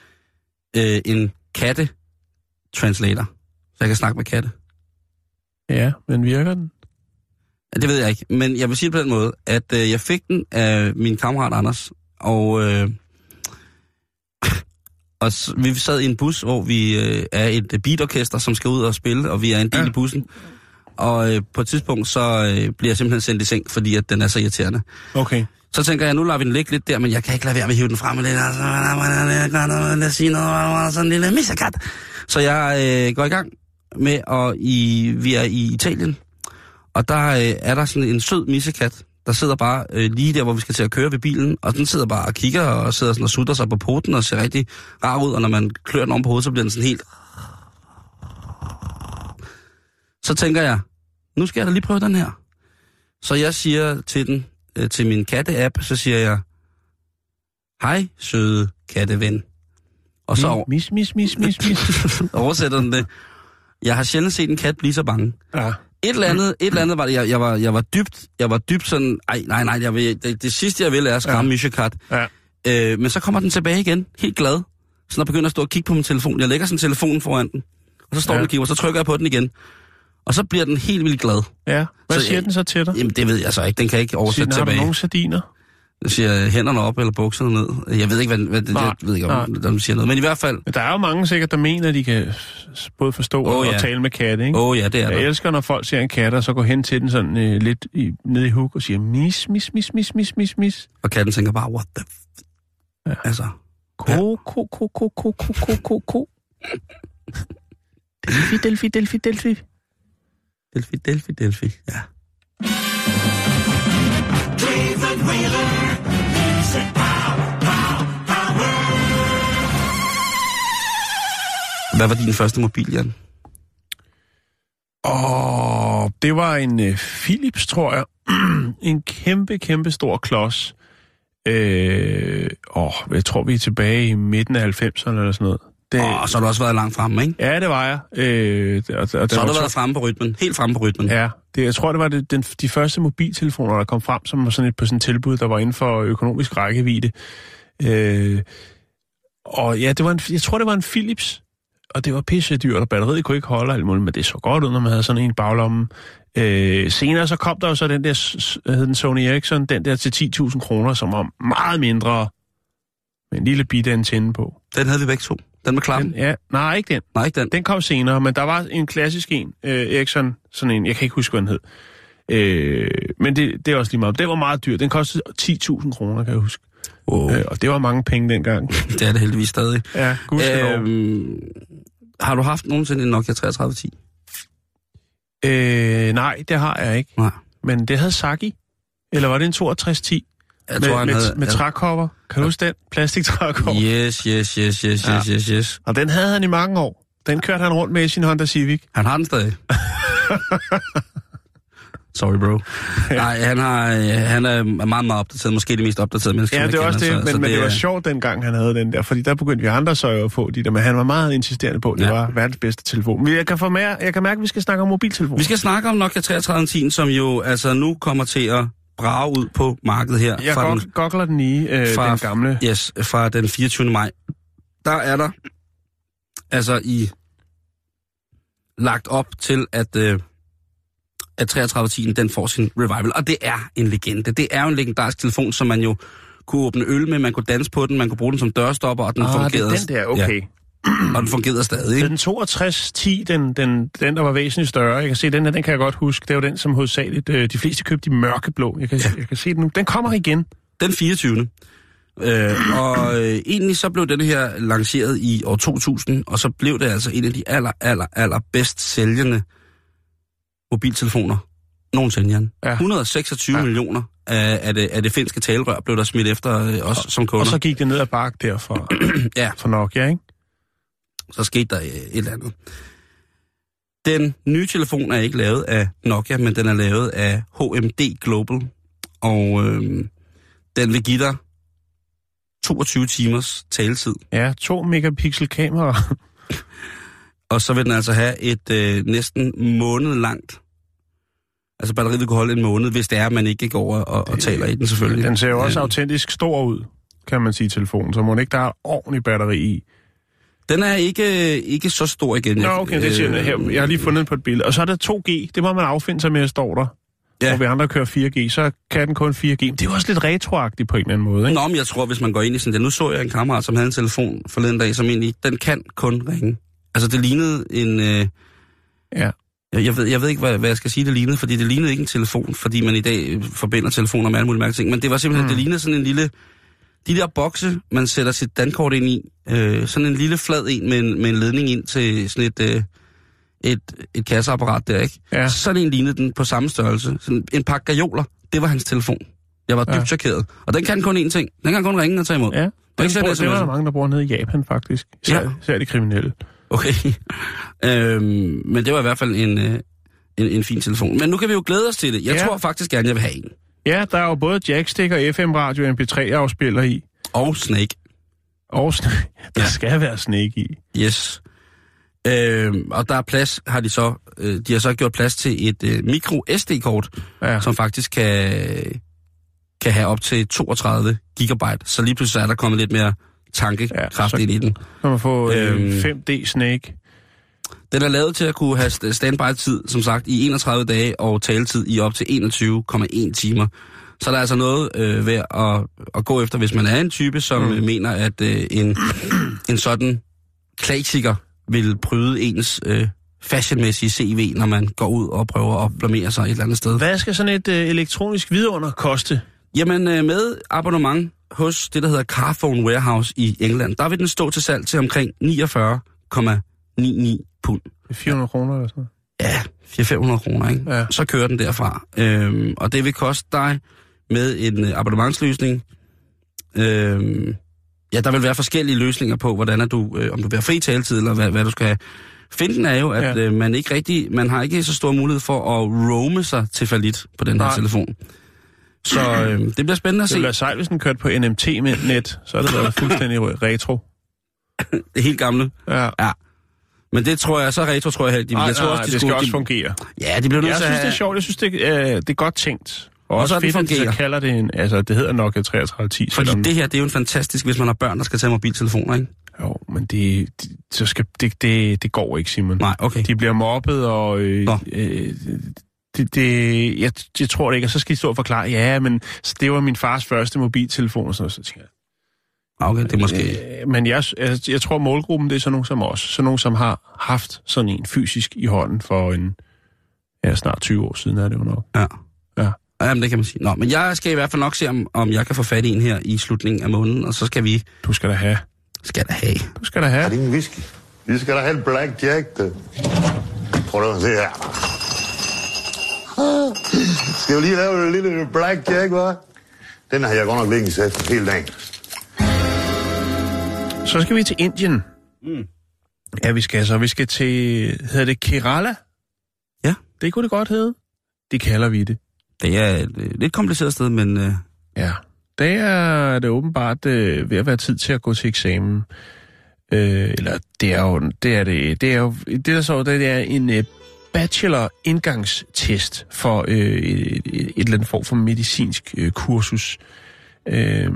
øh, en katte-translator, så jeg kan snakke med katte. Ja, men virker den? Det ved jeg ikke, men jeg vil sige det på den måde, at øh, jeg fik den af min kammerat Anders, og, øh, og vi sad i en bus, hvor vi øh, er et beatorkester, som skal ud og spille, og vi er en del ja. i bussen. Og øh, på et tidspunkt, så øh, bliver jeg simpelthen sendt i seng, fordi at den er så irriterende. Okay. Så tænker jeg, nu lader vi den ligge lidt der, men jeg kan ikke lade være med at hive den frem. Lad os sige noget, sådan en lille missekat. Så jeg øh, går i gang med, og i, vi er i Italien, Og der øh, er der sådan en sød missekat, der sidder bare øh, lige der, hvor vi skal til at køre ved bilen, og den sidder bare og kigger og sidder sådan og sutter sig på poten og ser rigtig rar ud, og når man klør den om på hovedet, så bliver den sådan helt... Så tænker jeg, nu skal jeg da lige prøve den her. Så jeg siger til den, øh, til min katte-app, så siger jeg, hej, søde katteven. Og så Mis, mis, mis, mis, mis. oversætter den det. Jeg har sjældent set en kat blive så bange. Ja. Et eller andet, et eller andet var det, jeg, jeg, var, jeg var dybt, jeg var dybt sådan, ej, nej, nej, jeg vil, det, det sidste jeg vil er at skræmme ja. Missekat. Ja. Øh, men så kommer den tilbage igen, helt glad. Så når jeg begynder at stå og kigge på min telefon, jeg lægger sådan telefonen foran den, og så står ja. den og kigger, og så trykker jeg på den igen. Og så bliver den helt vildt glad. Ja, hvad så, siger den så til dig? Jamen, det ved jeg så ikke, den kan ikke oversætte siger, tilbage. Har du nogle sardiner? Den siger hænderne op eller bukserne ned. Jeg ved ikke, hvad, hvad det, jeg ved ikke, om den siger noget. Men i hvert fald... Men der er jo mange sikkert, der mener, at de kan både forstå oh, og ja. tale med katte, ikke? Åh oh, ja, det er Jeg der. elsker, når folk ser en kat, og så går hen til den sådan øh, lidt i, ned i huk og siger, mis, mis, mis, mis, mis, mis, mis. Og katten tænker bare, what the f... Ja. Altså... Ko, ko, ko, ko, ko, ko, ko, ko, ko. Delfi, delfi, delfi, delfi. Delfi, delfi, delfi, ja. Hvad var din første mobil, Jan? Åh, det var en uh, Philips, tror jeg. En kæmpe, kæmpe stor klods. Øh, åh, jeg tror, vi er tilbage i midten af halvfemserne eller sådan noget. Det... Åh, så har du også været langt fremme, ikke? Ja, det var jeg. Øh, og, og så har du var været to... fremme på rytmen. Helt fremme på rytmen. Ja, det, jeg tror, det var det, den, de første mobiltelefoner, der kom frem, som var sådan et, på sådan et tilbud, der var inden for økonomisk rækkevidde. Øh, og ja, det var en, jeg tror, det var en Philips. Og det var pisse dyrt, og batteriet kunne ikke holde alt muligt, men det så godt ud, når man havde sådan en baglomme. Øh, senere så kom der jo så den der, hvad hed den, Sony Ericsson, den der til ti tusind kroner, som var meget mindre, med en lille bitte antenne på. Den havde vi begge to. Den med klappen? Den, ja, nej, ikke den. Nej, ikke den. Den kom senere, men der var en klassisk en, øh, Ericsson, sådan en, jeg kan ikke huske, hvad den hed. Øh, men det, det er også lige meget. Det var meget dyrt. Den kostede ti tusind kroner, kan jeg huske. Oh. Øh, og det var mange penge dengang. Det er det heldigvis stadig. Ja, gudskelov. Øhm, har du haft nogensinde en Nokia treogtredive ti? Øh, nej, det har jeg ikke. Nej. Men det havde Saki. Eller var det en toogtres ti? Jeg med, tror, han med, havde... med trækopper. Kan du huske den? Plastiktrækopper. Yes, yes, yes, yes, ja. yes, yes, yes. Og den havde han i mange år. Den kørte han rundt med i sin Honda Civic. Han har den stadig. Sorry, bro. Nej, han, har, han er meget, meget opdateret. Måske det mest opdaterede menneske, ja, det er også det, så, men, så men det, det var er... sjovt dengang, han havde den der. Fordi der begyndte vi andre så jo at få de der, men han var meget insisterende på, at det ja. var verdens bedste telefon. Men jeg kan, få mere, jeg kan mærke, at vi skal snakke om mobiltelefon. Vi skal snakke om Nokia treogtredive ti, som jo altså nu kommer til at brage ud på markedet her. Jeg gok, den, gokler den i, øh, fra, den gamle. Yes, fra den fireogtyvende maj. Der er der altså i lagt op til, at, øh, at treogtredive ti den får sin revival. Og det er en legende. Det er jo en legendarisk telefon, som man jo kunne åbne øl med, man kunne danse på den, man kunne bruge den som dørstopper, og den ah, fungerede. det er den der, okay. Ja. Og den fungerede stadig. Den toogtres ti, den, den, den der var væsentligt større, jeg kan se, den her, den kan jeg godt huske. Det er jo den, som hovedsageligt, øh, de fleste købte de mørkeblå. Jeg kan, ja. jeg kan se den nu. Den kommer igen. Den fireogtyvende Øh, og øh, egentlig så blev den her lanceret i år to tusind, og så blev det altså en af de aller, aller, aller bedst sælgende mobiltelefoner nogensinde, Jan. Ja. et hundrede og seksogtyve ja. millioner af, af, det, af det finske talerør blev der smidt efter øh, os og, som kunder. Og så gik det ned ad bakke der for, ja. for Nokia, ikke? Så skete der øh, et eller andet. Den nye telefon er ikke lavet af Nokia, men den er lavet af H M D Global, og øh, den vil give dig toogtyve timers taletid. Ja, to megapixel kamera. Og så vil den altså have et øh, næsten måned langt. Altså batteriet vil kunne holde en måned, hvis det er, at man ikke går over og, og taler i den selvfølgelig. Den ser jo også autentisk stor ud, kan man sige, telefonen. Så må den ikke, der er ordentlig batteri i. Den er ikke, ikke så stor igen. Nå, okay, det siger jeg. Jeg har lige fundet den på et billede. Og så er der to G. Det må man affinde sig med, at står der. Ja. Hvor vi andre kører fire G, så kan den kun fire G. Det er jo også lidt retroagtigt på en eller anden måde, ikke? Nå, men jeg tror, hvis man går ind i sådan det. Nu så jeg en kammerat, som havde en telefon forleden dag, som egentlig, den kan kun ringe. Altså, det lignede en... Øh, ja. Jeg, jeg, ved, jeg ved ikke, hvad, hvad jeg skal sige, det lignede, fordi det lignede ikke en telefon, fordi man i dag forbinder telefoner med alle mulige mærke ting. Men det var simpelthen, mm. det lignede sådan en lille... De der bokse, man sætter sit dankort ind i, øh, sådan en lille flad en med en, med en ledning ind til sådan et, øh, et, et kasseapparat der, ikke? Ja. Sådan en lignede den på samme størrelse. Sådan en pakke gajoler, det var hans telefon. Jeg var dybt ja. chokeret. Og den kan kun én ting. Den kan kun ringe og tage imod. Ja, den den bor, det var der mange, der bor nede i Japan, faktisk. Især, ja. især de kriminelle. Okay. øhm, men det var i hvert fald en, en, en fin telefon. Men nu kan vi jo glæde os til det. Jeg ja. tror faktisk gerne, jeg vil have en. Ja, der er jo både jackstick og F M-radio og M P tre-afspiller i. Og Snake. Og Snake. Der ja. skal være Snake i. Yes. Øhm, og der er plads, har de så, øh, de har så gjort plads til et øh, micro S D-kort, ja. som faktisk kan, kan have op til toogtredive gigabyte. Så lige pludselig er der kommet lidt mere tankekraft ja, ind i den. Så man får øhm, fem D Snake. Den er lavet til at kunne have standby-tid, som sagt, i enogtredive dage og taletid i op til enogtyve komma en timer. Så der er altså noget øh, værd at, at gå efter, hvis man er en type, som mm. mener, at øh, en, en sådan klassiker vil bryde ens øh, fashionmæssige C V, når man går ud og prøver at blamere sig et eller andet sted. Hvad skal sådan et øh, elektronisk vidunder koste? Jamen, øh, med abonnement hos det, der hedder Carphone Warehouse i England, der vil den stå til salg til omkring niogfyrre komma nioghalvtreds pund. fire hundrede kroner eller sådan noget? Ja, fire til fem hundrede kroner, ikke? Ja. Så kører den derfra. Øhm, og det vil koste dig med en abonnementsløsning. Øhm, ja, der vil være forskellige løsninger på, hvordan er du, øh, om du vil have fri taletid, eller hvad, hvad du skal have. Finden er jo, at ja. øh, man ikke rigtig, man har ikke så stor mulighed for at roame sig til fallit på den her Nej. telefon. Så øh, det bliver spændende at se. Det bliver sejt, hvis den kørte på N M T-net, så er det været fuldstændig retro. Det helt gamle? Ja. Ja. Men det tror jeg, så retro tror jeg helt. Nej, jeg tror nej, også, de det skulle, skal også de, fungere. Ja, det bliver nødt til at have... Jeg synes, det er sjovt. Jeg synes, det, øh, det er godt tænkt. Og, og også fedt, at de kalder det en... Altså, det hedder Nokia treogtredive ti. Fordi selvom... det her, det er jo en fantastisk, hvis man har børn, der skal tage mobiltelefoner, ikke? Jo, men det, det, så skal, det, det, det går ikke, Simon. Nej, okay. De bliver mobbet, og... Øh, øh, det, det, jeg, jeg tror det ikke, og så skal de stå og forklare, ja, men det var min fars første mobiltelefon, og sådan noget, så tænker jeg... Okay, det er måske... Øh, men jeg, jeg, jeg tror, målgruppen, det er sådan nogen som os. Sådan nogen, som har haft sådan en fysisk i hånden for en... Ja, snart tyve år siden er det jo nok. Ja. Ja. Jamen, det kan man sige. Nå, men jeg skal i hvert fald nok se, om, om jeg kan få fat i en her i slutningen af måneden, og så skal vi... Du skal da have. Skal da have. Du skal da have. Er det en whisky? Vi skal da have en Black Jack, det. Prøv at se her. Skal vi lige lave en lille Black Jack, hva'? Den har jeg godt nok længe sat hele dagen. Så skal vi til Indien. Mm. Ja, vi skal så. Vi skal til... Hedder det Kerala? Ja. Det kunne det godt hedde. Det kalder vi det. Det er et øh, lidt kompliceret sted, men... Øh... Ja. Det er det åbenbart øh, ved at være tid til at gå til eksamen. Øh, eller det er jo... Det er, det, det er jo... Det der så, det er en øh, bachelor-indgangstest for øh, et, et, et eller andet form for medicinsk øh, kursus. Øh,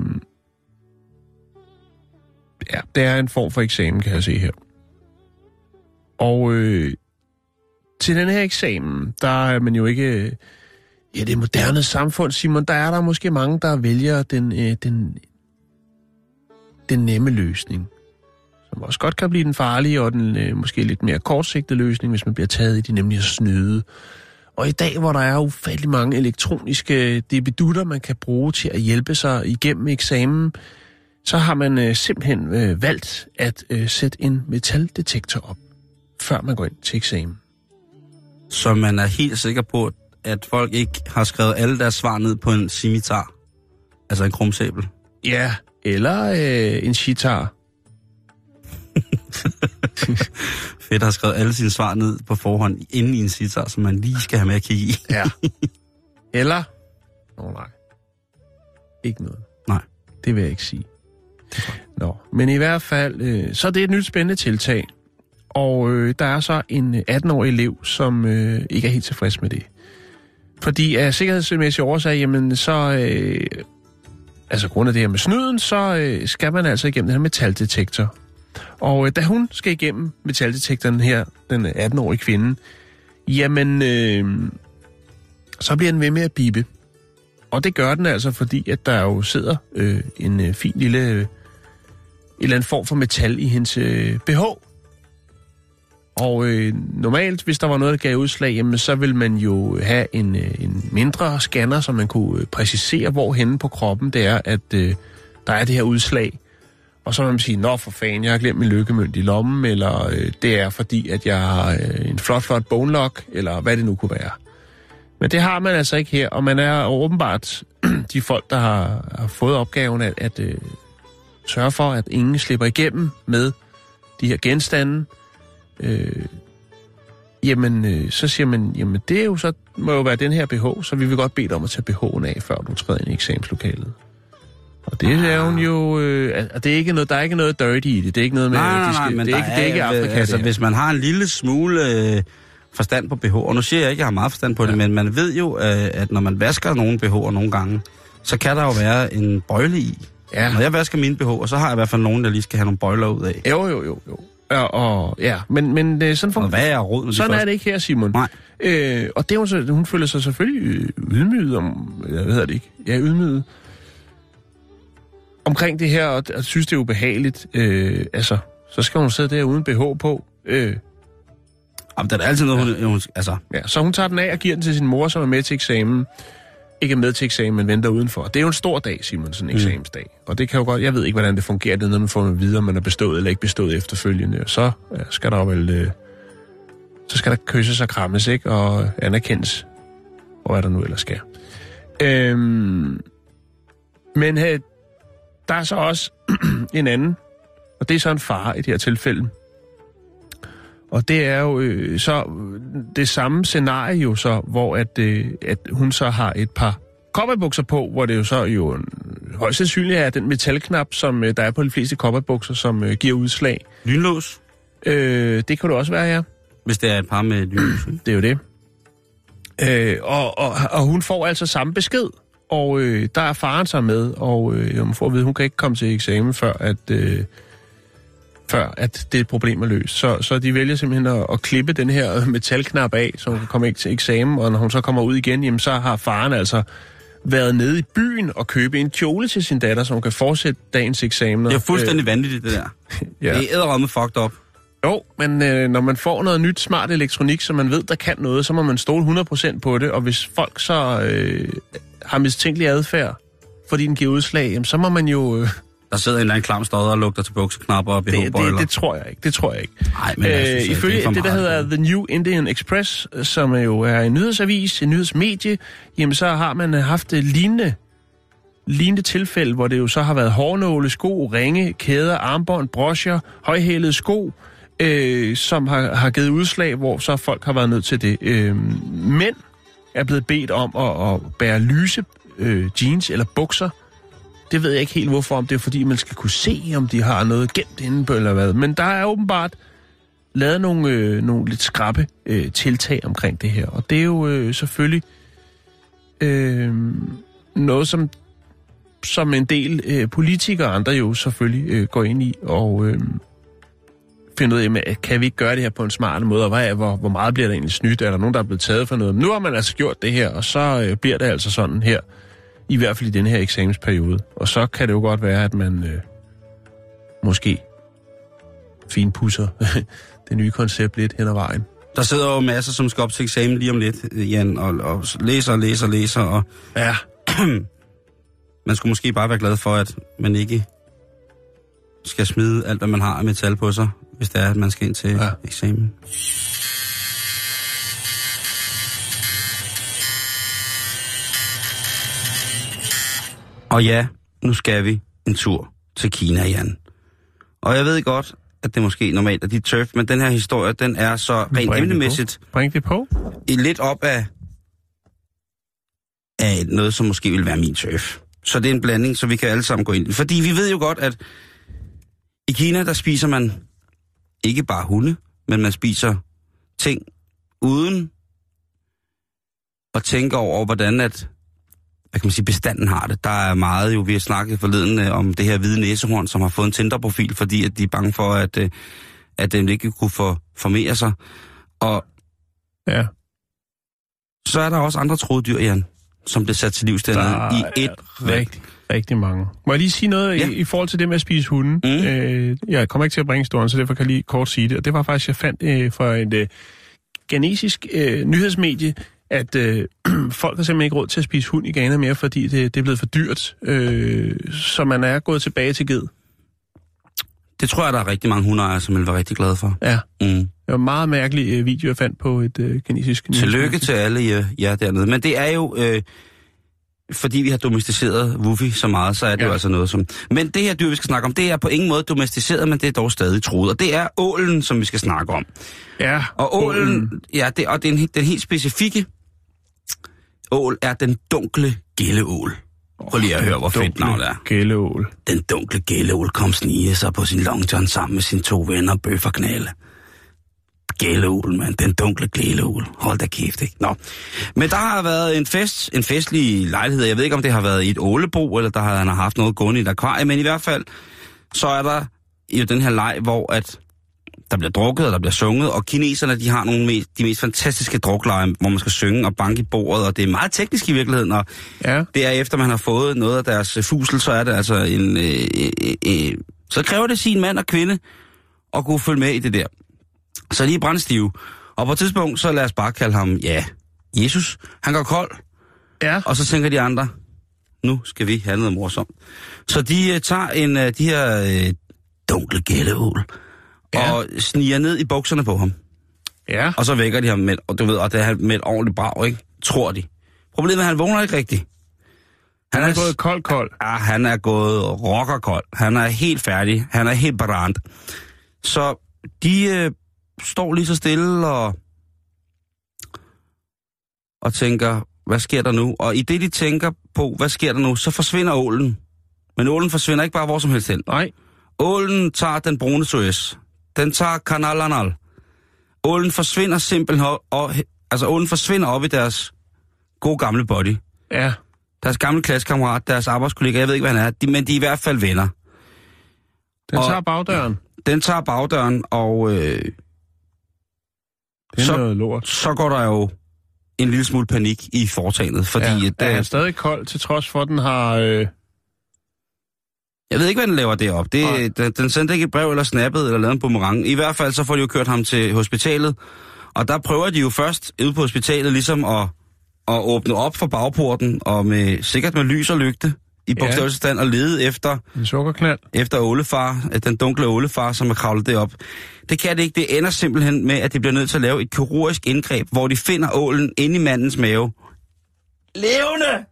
ja, det er en form for eksamen, kan jeg se her. Og øh, til den her eksamen, der er man jo ikke... Ja, det moderne samfund, Simon, der er der måske mange, der vælger den, øh, den, den nemme løsning. Som også godt kan blive den farlige, og den øh, måske lidt mere kortsigtede løsning, hvis man bliver taget i de nemlig at snyde. Og i dag, hvor der er ufattelig mange elektroniske debidutter, man kan bruge til at hjælpe sig igennem eksamen, så har man øh, simpelthen øh, valgt at øh, sætte en metaldetektor op, før man går ind til eksamen. Så man er helt sikker på, at folk ikke har skrevet alle deres svar ned på en scimitar. Altså en krumsabel. Ja, eller øh, en shitar. Fedt har skrevet alle sine svar ned på forhånd inden i en sitar, som man lige skal have med at kigge i. Ja. Eller? Nå oh, nej. Ikke noget. Nej. Det vil jeg ikke sige. Nå, men i hvert fald, øh, så er det et nyt spændende tiltag. Og øh, der er så en atten-årig elev, som øh, ikke er helt tilfreds med det. Fordi af sikkerhedsmæssige årsager, jamen så... Øh, altså grund af det her med snyden, så øh, skal man altså igennem den her metaldetektor. Og øh, da hun skal igennem metaldetektoren her, den atten-årige kvinde, jamen, øh, så bliver den ved med at bippe. Og det gør den altså, fordi at der jo sidder øh, en øh, fin lille, øh, en eller anden form for metal i hendes øh, B H. Og øh, normalt, hvis der var noget, der gav udslag, jamen, så vil man jo have en, øh, en mindre scanner, så man kunne øh, præcisere, hvor henne på kroppen det er, at øh, der er det her udslag. Og så vil man sige, nå for fanden, jeg har glemt min lykkemønt i lommen, eller øh, det er fordi, at jeg har øh, en flot, flot bone lock, eller hvad det nu kunne være. Men det har man altså ikke her, og man er åbenbart de folk, der har, har fået opgaven at, at øh, sørge for, at ingen slipper igennem med de her genstande. Øh, jamen, øh, så siger man, jamen det er jo så, må jo være den her B H, så vi vil godt bede dig om at tage B H'en af, før du træder ind i eksamenslokalet. Og det er hun jo, øh, det er ikke noget, der er ikke noget dirty i det. Det er ikke noget med, nej, nej, de skal, nej, men det er ikke, det er ikke Afrika. Altså, hvis man har en lille smule øh, forstand på B H, og nu siger jeg ikke, at jeg har meget forstand på ja. det, men man ved jo, øh, at når man vasker nogle B H'er nogle gange, så kan der jo være en bøjle i. Ja. Når jeg vasker mine B H'er, så har jeg i hvert fald nogen, der lige skal have nogle bøjler ud af. Jo, jo, jo, jo. Ja, og, ja. men, men øh, sådan, for, hvad er råd, sådan er det ikke her, Simon. Nej. Øh, og det er hun, så, hun føler sig selvfølgelig ydmyget om, hvad hedder det ikke? Ja, ydmyget. Omkring det her, og, og synes, det er ubehageligt. Øh, altså, så skal hun sidde der uden B H på. Øh. Jamen, det er altid noget, ja. hun, hun... Altså... Ja, så hun tager den af og giver den til sin mor, som er med til eksamen. Ikke er med til eksamen, men venter udenfor. Det er jo en stor dag, Simon, sådan en mm. eksamensdag. Og det kan jo godt... Jeg ved ikke, hvordan det fungerer. Det er noget, man får med videre, om man er bestået eller ikke bestået efterfølgende. Og så ja, skal der vel... Øh, så skal der kysses og krammes, ikke? Og anerkendes. Og hvad der nu ellers skal. Øhm, men øh, der er så også en anden, og det er så en far i det her tilfælde. Og det er jo øh, så det samme scenarie jo så, hvor at, øh, at hun så har et par cowboybukser på, hvor det jo så jo en, højst sandsynligt er den metalknap, som øh, der er på de fleste cowboybukser, som øh, giver udslag. Lynlås? Øh, det kan det også være, ja. Hvis det er et par med lynlås. Det er jo det. Øh, og, og, og hun får altså samme besked. Og øh, der er faren så med, og øh, hun får at vide, at hun kan ikke komme til eksamen, før at, øh, før at det problem er løst. Så, så de vælger simpelthen at, at klippe den her metalknap af, så hun kan komme til eksamen, og når hun så kommer ud igen, jamen, så har faren altså været nede i byen og købe en kjole til sin datter, så hun kan fortsætte dagens eksamener. Det er fuldstændig øh, vanvittigt, det der. Ja. Det er edderrømme fucked up. Jo, men øh, når man får noget nyt smart elektronik, som man ved, der kan noget, så må man stole hundrede procent på det, og hvis folk så øh, har mistænkelig adfærd, fordi den giver udslag, jamen, så må man jo... Øh, der sidder en eller anden klam stodder og lugter til bukseknapper og B H-bøjler. Det, det, det tror jeg ikke, det tror jeg ikke. Nej, men øh, synes, ifølge det, det, der hedder The New Indian Express, som jo er en nyhedsavis, en nyhedsmedie, jamen så har man haft lignende, lignende tilfælde, hvor det jo så har været hårnåle, sko, ringe, kæder, armbånd, brocher, højhælede sko, øh, som har, har givet udslag, hvor så folk har været nødt til det. Øh, mænd er blevet bedt om at, at bære lyse øh, jeans eller bukser. Det ved jeg ikke helt hvorfor, om det er fordi, man skal kunne se, om de har noget gemt inde på eller hvad. Men der er åbenbart lavet nogle, øh, nogle lidt skrappe øh, tiltag omkring det her. Og det er jo øh, selvfølgelig øh, noget, som, som en del øh, politikere og andre jo selvfølgelig øh, går ind i og øh, finder ud af, at kan vi ikke gøre det her på en smart måde, og hvad er, hvor, hvor meget bliver der egentlig snydt? Er der nogen, der er blevet taget for noget? Men nu har man altså gjort det her, og så øh, bliver det altså sådan her. I hvert fald i den her eksamensperiode. Og så kan det jo godt være, at man øh, måske finpudser det nye koncept lidt hen ad vejen. Der sidder jo masser, som skal op til eksamen lige om lidt, Jan, og, og læser og læser og læser. Og ja. Man skulle måske bare være glad for, at man ikke skal smide alt, hvad man har af metal på sig, hvis det er, at man skal ind til ja. eksamen. Og ja, nu skal vi en tur til Kina, Jan. Og jeg ved godt, at det måske normalt er dit turf, men den her historie, den er så rent emnemæssigt... Bring det på. I lidt op af, af noget, som måske vil være min turf. Så det er en blanding, så vi kan alle sammen gå ind. Fordi vi ved jo godt, at i Kina, der spiser man ikke bare hunde, men man spiser ting uden at tænke over, hvordan at... hvad kan man sige, bestanden har det. Der er meget jo, vi har snakket forleden øh, om det her hvide næsehorn, som har fået en Tinder-profil, fordi at de er bange for, at, øh, at den ikke kunne for, formere sig. Og ja. Så er der også andre troede dyr, Jan, som bliver sat til livs dernede i et rigtig, rigtig mange. Må jeg lige sige noget ja. i, i forhold til det med at spise hunde? Mm. Øh, jeg kommer ikke til at bringe historien, så derfor kan jeg lige kort sige det. Og det var faktisk, jeg fandt øh, fra et øh, ghanesisk øh, nyhedsmedie, at øh, folk har simpelthen ikke råd til at spise hund i Ghana mere, fordi det, det er blevet for dyrt. Øh, så man er gået tilbage til ged. Det tror jeg, der er rigtig mange hundeejere, som vil være rigtig glade for. Ja. Mm. Det var en meget mærkelig øh, video, jeg fandt på et øh, kinesisk... Tillykke til alle jer ja, dernede. Men det er jo, øh, fordi vi har domesticeret Wuffy så meget, så er det ja. jo altså noget som... Men det her dyr, vi skal snakke om, det er på ingen måde domesticeret, men det er dog stadig truet. Og det er ålen, som vi skal snakke om. Ja, og ålen, ålen. Ja, det, og det er en, den helt specifikke ål er den dunkle gælleål. Prøv lige at høre, hvor fedt navnet er. Gælleål. Den dunkle gælleål kom snige sig på sin long john sammen med sine to venner, Bøf og Knale. Gælleål, mand. Den dunkle gælleål. Hold da kæft, ikke? Nå. Men der har været en fest, en festlig lejlighed. Jeg ved ikke, om det har været i et ålebo, eller der har han har haft noget gående i et akvarie, men i hvert fald, så er der jo den her leg, hvor at der bliver drukket, og der bliver sunget, og kineserne, de har nogle mest, de mest fantastiske drukleje, hvor man skal synge og banke i bordet, og det er meget teknisk i virkeligheden, og ja. det er efter, man har fået noget af deres fusel, så er det altså en... Øh, øh, øh, så kræver det sin mand og kvinde at kunne følge med i det der. Så de er brændstive. Og på et tidspunkt, så lad os bare kalde ham, ja, Jesus. Han går kold. Ja. Og så tænker de andre, nu skal vi have noget morsomt. Så de uh, tager en af uh, de her uh, dunkle gælleål, ja. og sniger ned i bukserne på ham. Ja. Og så vækker de ham med, og du ved, og det er med et ordentligt brag, ikke? Tror de. Problemet er, at han vågner ikke rigtigt. Han, han er, er gået kold, kold. Ja, han er gået rockerkold. Han er helt færdig. Han er helt brændt. Så de øh, står lige så stille og, og tænker, hvad sker der nu? Og i det, de tænker på, hvad sker der nu, så forsvinder ålen. Men ålen forsvinder ikke bare hvor som helst hen. Nej. Ålen tager den brune Suez. Den tager Canal Anal. Ålen forsvinder simpelthen, og, altså ålen forsvinder op i deres gode gamle body. Ja. Deres gamle klassekammerat, deres arbejdskollega, jeg ved ikke, hvad han er, de, men de er i hvert fald venner. Den og, tager bagdøren. Den tager bagdøren, og øh, det er så, noget lort. så går der jo en lille smule panik i foretagendet, fordi... Ja, at, er han stadig kold, til trods for, at den har... Øh... Jeg ved ikke, hvad den laver deroppe. Det, den, den sendte ikke et brev eller snappet eller lavet en boomerang. I hvert fald så får de jo kørt ham til hospitalet, og der prøver de jo først ude på hospitalet ligesom at, at åbne op for bagporten, og med sikkert med lys og lygte i bogstavelsestand, ja. og lede efter... En sukkerknald. Efter ålefar, den dunkle ålefar, som er kravlet derop. Det kan det ikke. Det ender simpelthen med, at de bliver nødt til at lave et kirurgisk indgreb, hvor de finder ålen inde i mandens mave. Levende!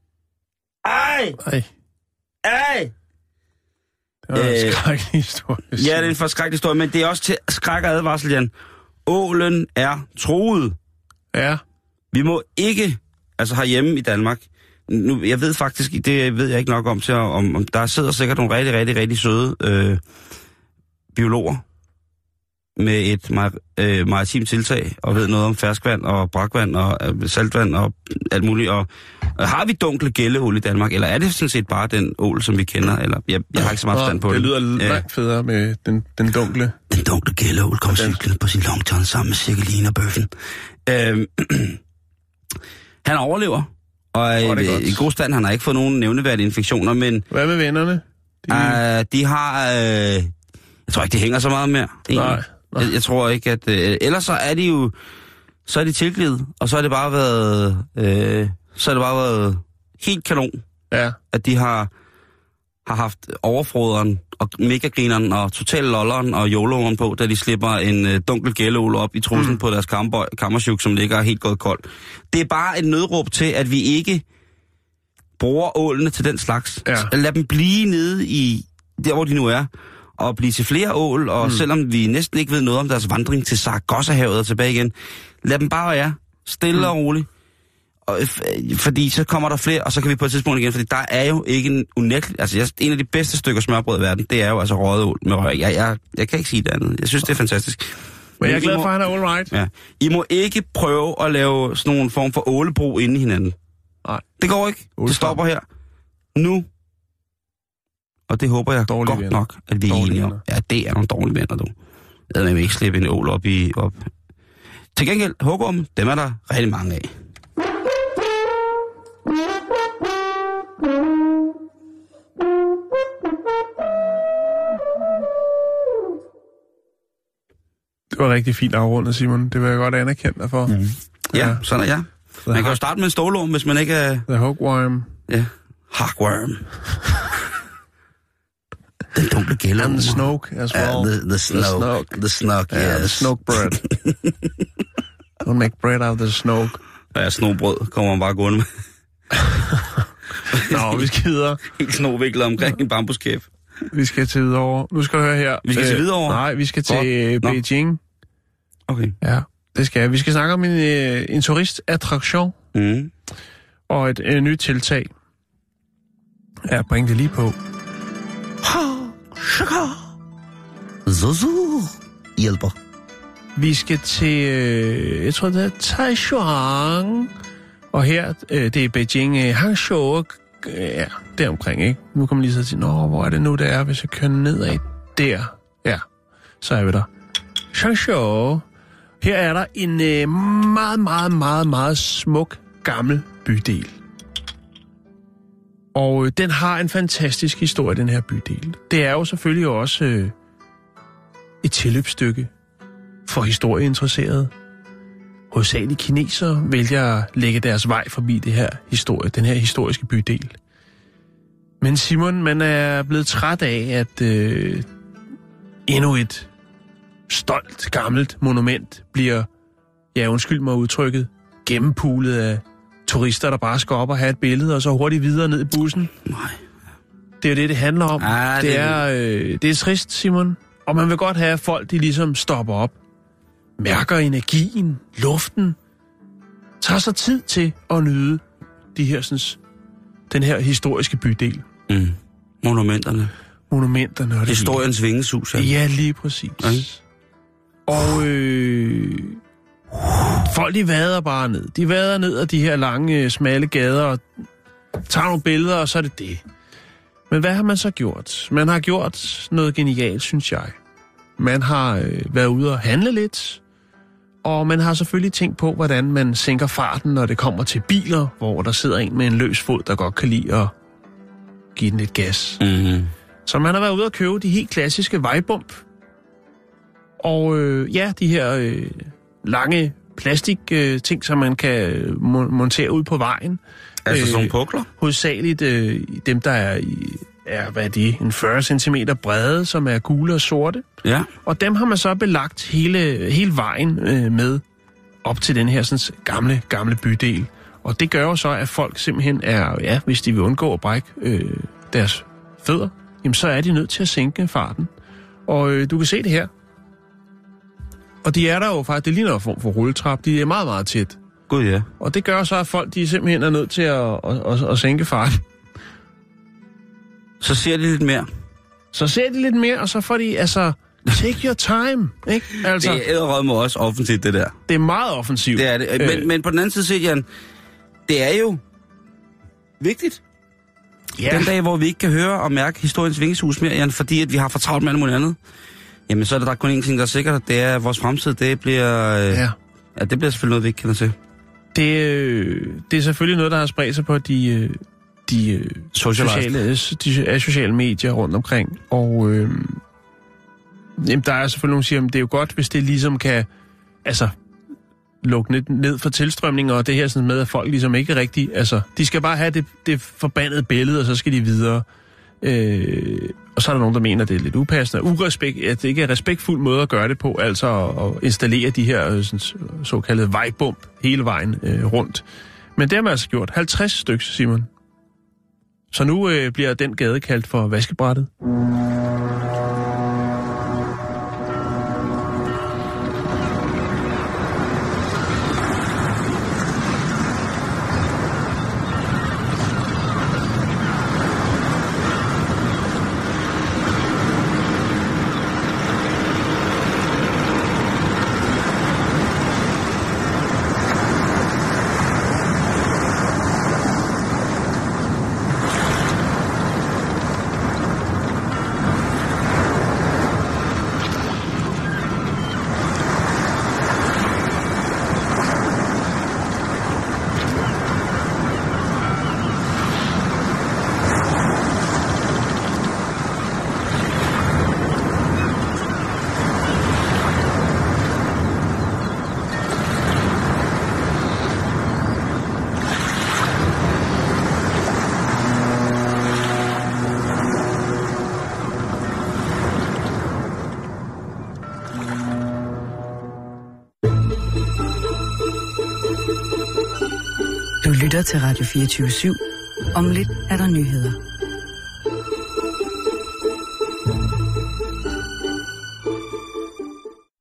Ej! Ej. Ej! Det er en øh, skrækkelig historie. Ja, det er en forskrækkelig historie, men det er også til skræk og advarsel, Jan. Ålen er truet. Ja. Vi må ikke, altså herhjemme i Danmark, nu, jeg ved faktisk, det ved jeg ikke nok om til, om, om der sidder sikkert nogle rigtig, rigtig, rigtig søde øh, biologer med et mar- øh, maritimt tiltag, og ved noget om ferskvand og brakvand og øh, saltvand og alt muligt. Og, og har vi dunkle gælleål i Danmark, eller er det sådan set bare den ål, som vi kender? Eller jeg, jeg har ikke så meget forstand på det. Det lyder langt federe med den, den dunkle. Den dunkle gælleål kom cyklende på sin long john sammen med Cirkelin og Bøffen. Øh, han overlever. Og oh, i, i god stand, han har ikke fået nogen nævneværdige infektioner, men... Hvad med vennerne? De, uh, de har... Uh, jeg tror ikke, de hænger så meget mere. Nej. nej. Jeg, jeg tror ikke, at... Uh, ellers så er de jo... Så er de tilgivet, og så har det bare været... Uh, så har det bare været helt kanon. Ja. At de har, har haft overfroderen og megagrineren og total lolleren og joloeren på, da de slipper en uh, dunkel gælleål op i trussen mm. på deres kammersjuk, som ligger helt godt koldt. Det er bare et nødråb til, at vi ikke bruger ålene til den slags. Ja. Lad dem blive nede i der, hvor de nu er, og blive til flere ål, og mm. selvom vi næsten ikke ved noget om deres vandring til Sargassohavet og tilbage igen, lad dem bare være stille mm. og roligt. Og, fordi så kommer der flere, og så kan vi på et tidspunkt igen, fordi der er jo ikke en unægtelig... Altså, jeg, en af de bedste stykker smørbrød i verden, det er jo altså røget ål med røg. Jeg, jeg, jeg kan ikke sige det andet. Jeg synes, det er fantastisk. Men, Men jeg er glad for, at han er all right. Ja. I må ikke prøve at lave sådan nogle form for ålebro inde i hinanden. Nej. Det går ikke. Ålefar. Det stopper her. Nu. Og det håber jeg dårlige godt venner. nok, at vi er enige om. Ja, det er nogle dårlige venner, du. Jeg ved ikke slippe en ål op i... Op. Til gengæld, hugorm, dem er der rigtig mange af. Det var rigtig fint afrundet, Simon. Det vil jeg godt anerkende dig for. Mm. Ja, ja, sådan er jeg. Man kan jo starte med en stålorm, hvis man ikke er... The hookworm. Ja, hookworm. Den blev gælder. And the Snoke as well. Uh, the, the Snoke. The Snoke, the snoke yeah, yes. the Snoke bread. Don't make bread out of the Snoke. Ja, snobrød kommer man bare gående med. Nå, vi skal videre. Helt snoviklet omkring en bambuskæb. Vi skal til Hvidovre. Nu skal du høre her. Vi skal til Hvidovre? Nej, vi skal til Nå. Beijing. Okay. Ja, det skal jeg. Vi skal snakke om en, en turistattraktion. Mm. Og et, et nyt tiltag. Ja, bring det lige på. Zuzu hjælper. Vi skal til, øh, jeg tror det er Taichuan. Og her, øh, det er Beijing, øh, Hangzhou, øh, ja, deromkring, ikke? Nu kommer lige så til, nå, hvor er det nu, det er, hvis jeg kører nedad der. Ja, så er vi der. Hangzhou. Her er der en øh, meget, meget, meget, meget smuk, gammel bydel. Og øh, den har en fantastisk historie, den her bydel. Det er jo selvfølgelig også øh, et tilløbsstykke for historieinteresserede. Hovedsageligt kinesere vælger at lægge deres vej forbi det her historie, den her historiske bydel. Men Simon, man er blevet træt af, at øh, endnu et stolt, gammelt monument bliver, ja undskyld mig udtrykket, gennempulet af turister, der bare skal op og have et billede, og så hurtigt videre ned i bussen. Nej. Det er jo det, det handler om. Ah, det, det... Er, øh, det er trist, Simon. Og man vil godt have, at folk de ligesom stopper op, mærker energien, luften, tager sig tid til at nyde de her, sådan, den her historiske bydel. Mm. Monumenterne. Monumenterne. Og det historiens vingesus. Ja. ja, lige præcis. Ja. Og øh, folk de vader bare ned. De vader ned ad de her lange, smalle gader og tager nogle billeder, og så er det det. Men hvad har man så gjort? Man har gjort noget genialt, synes jeg. Man har øh, været ude og handle lidt, og man har selvfølgelig tænkt på, hvordan man sænker farten, når det kommer til biler, hvor der sidder en med en løs fod, der godt kan lide at give den lidt gas. Mm-hmm. Så man har været ude og købe de helt klassiske vejbump. Og øh, ja, de her øh, lange plastik øh, ting, som man kan mon- montere ud på vejen. Altså øh, sådan pukler? Hovedsageligt øh, dem, der er, i, er, hvad er det, en fyrre centimeter brede, som er gule og sorte. Ja. Og dem har man så belagt hele, hele vejen øh, med op til den her sådan, gamle, gamle bydel. Og det gør jo så, at folk simpelthen er, ja, hvis de vil undgå at brække øh, deres fødder, jamen så er de nødt til at sænke farten. Og øh, du kan se det her. Og de er der jo faktisk, det ligner en form for rulletrap, de er meget, meget tæt. Gud ja. Og det gør så, at folk de simpelthen er nødt til at, at, at, at sænke farten. Så ser de lidt mere. Så ser de lidt mere, og så får de, altså, take your time, ikke? Altså, det er æderrødme også offensivt, det der. Det er meget offensivt. Det er det. Men, øh, men på den anden side, Jan, det er jo vigtigt. Ja. Den dag, hvor vi ikke kan høre og mærke historiens vingesus mere, Jan, fordi at vi har for travlt med alt muligt andet, jamen så er der kun en ting, der er sikkert, det er, at vores fremtid, det bliver... Øh, ja. Ja, det bliver selvfølgelig noget, vi ikke kender til. Det, øh, det er selvfølgelig noget, der har spredt sig på de, øh, de, øh, sociale, de sociale medier rundt omkring. Og øh, jamen, der er selvfølgelig nogen, der siger, at det er jo godt, hvis det ligesom kan altså, lukke ned, ned for tilstrømning, og det her sådan med, at folk ligesom ikke er rigtigt... Altså, de skal bare have det, det forbandede billede, og så skal de videre. Øh, og så er der nogen, der mener, at det er lidt upassende. Urespekt, at det ikke er en respektfuld måde at gøre det på, altså at, at installere de her sådan, såkaldte vejbump hele vejen øh, rundt. Men det har man altså gjort. halvtreds stykker, Simon. Så nu øh, bliver den gade kaldt for vaskebrættet. Du lytter til Radio fireogtyve syv. Om lidt er der nyheder.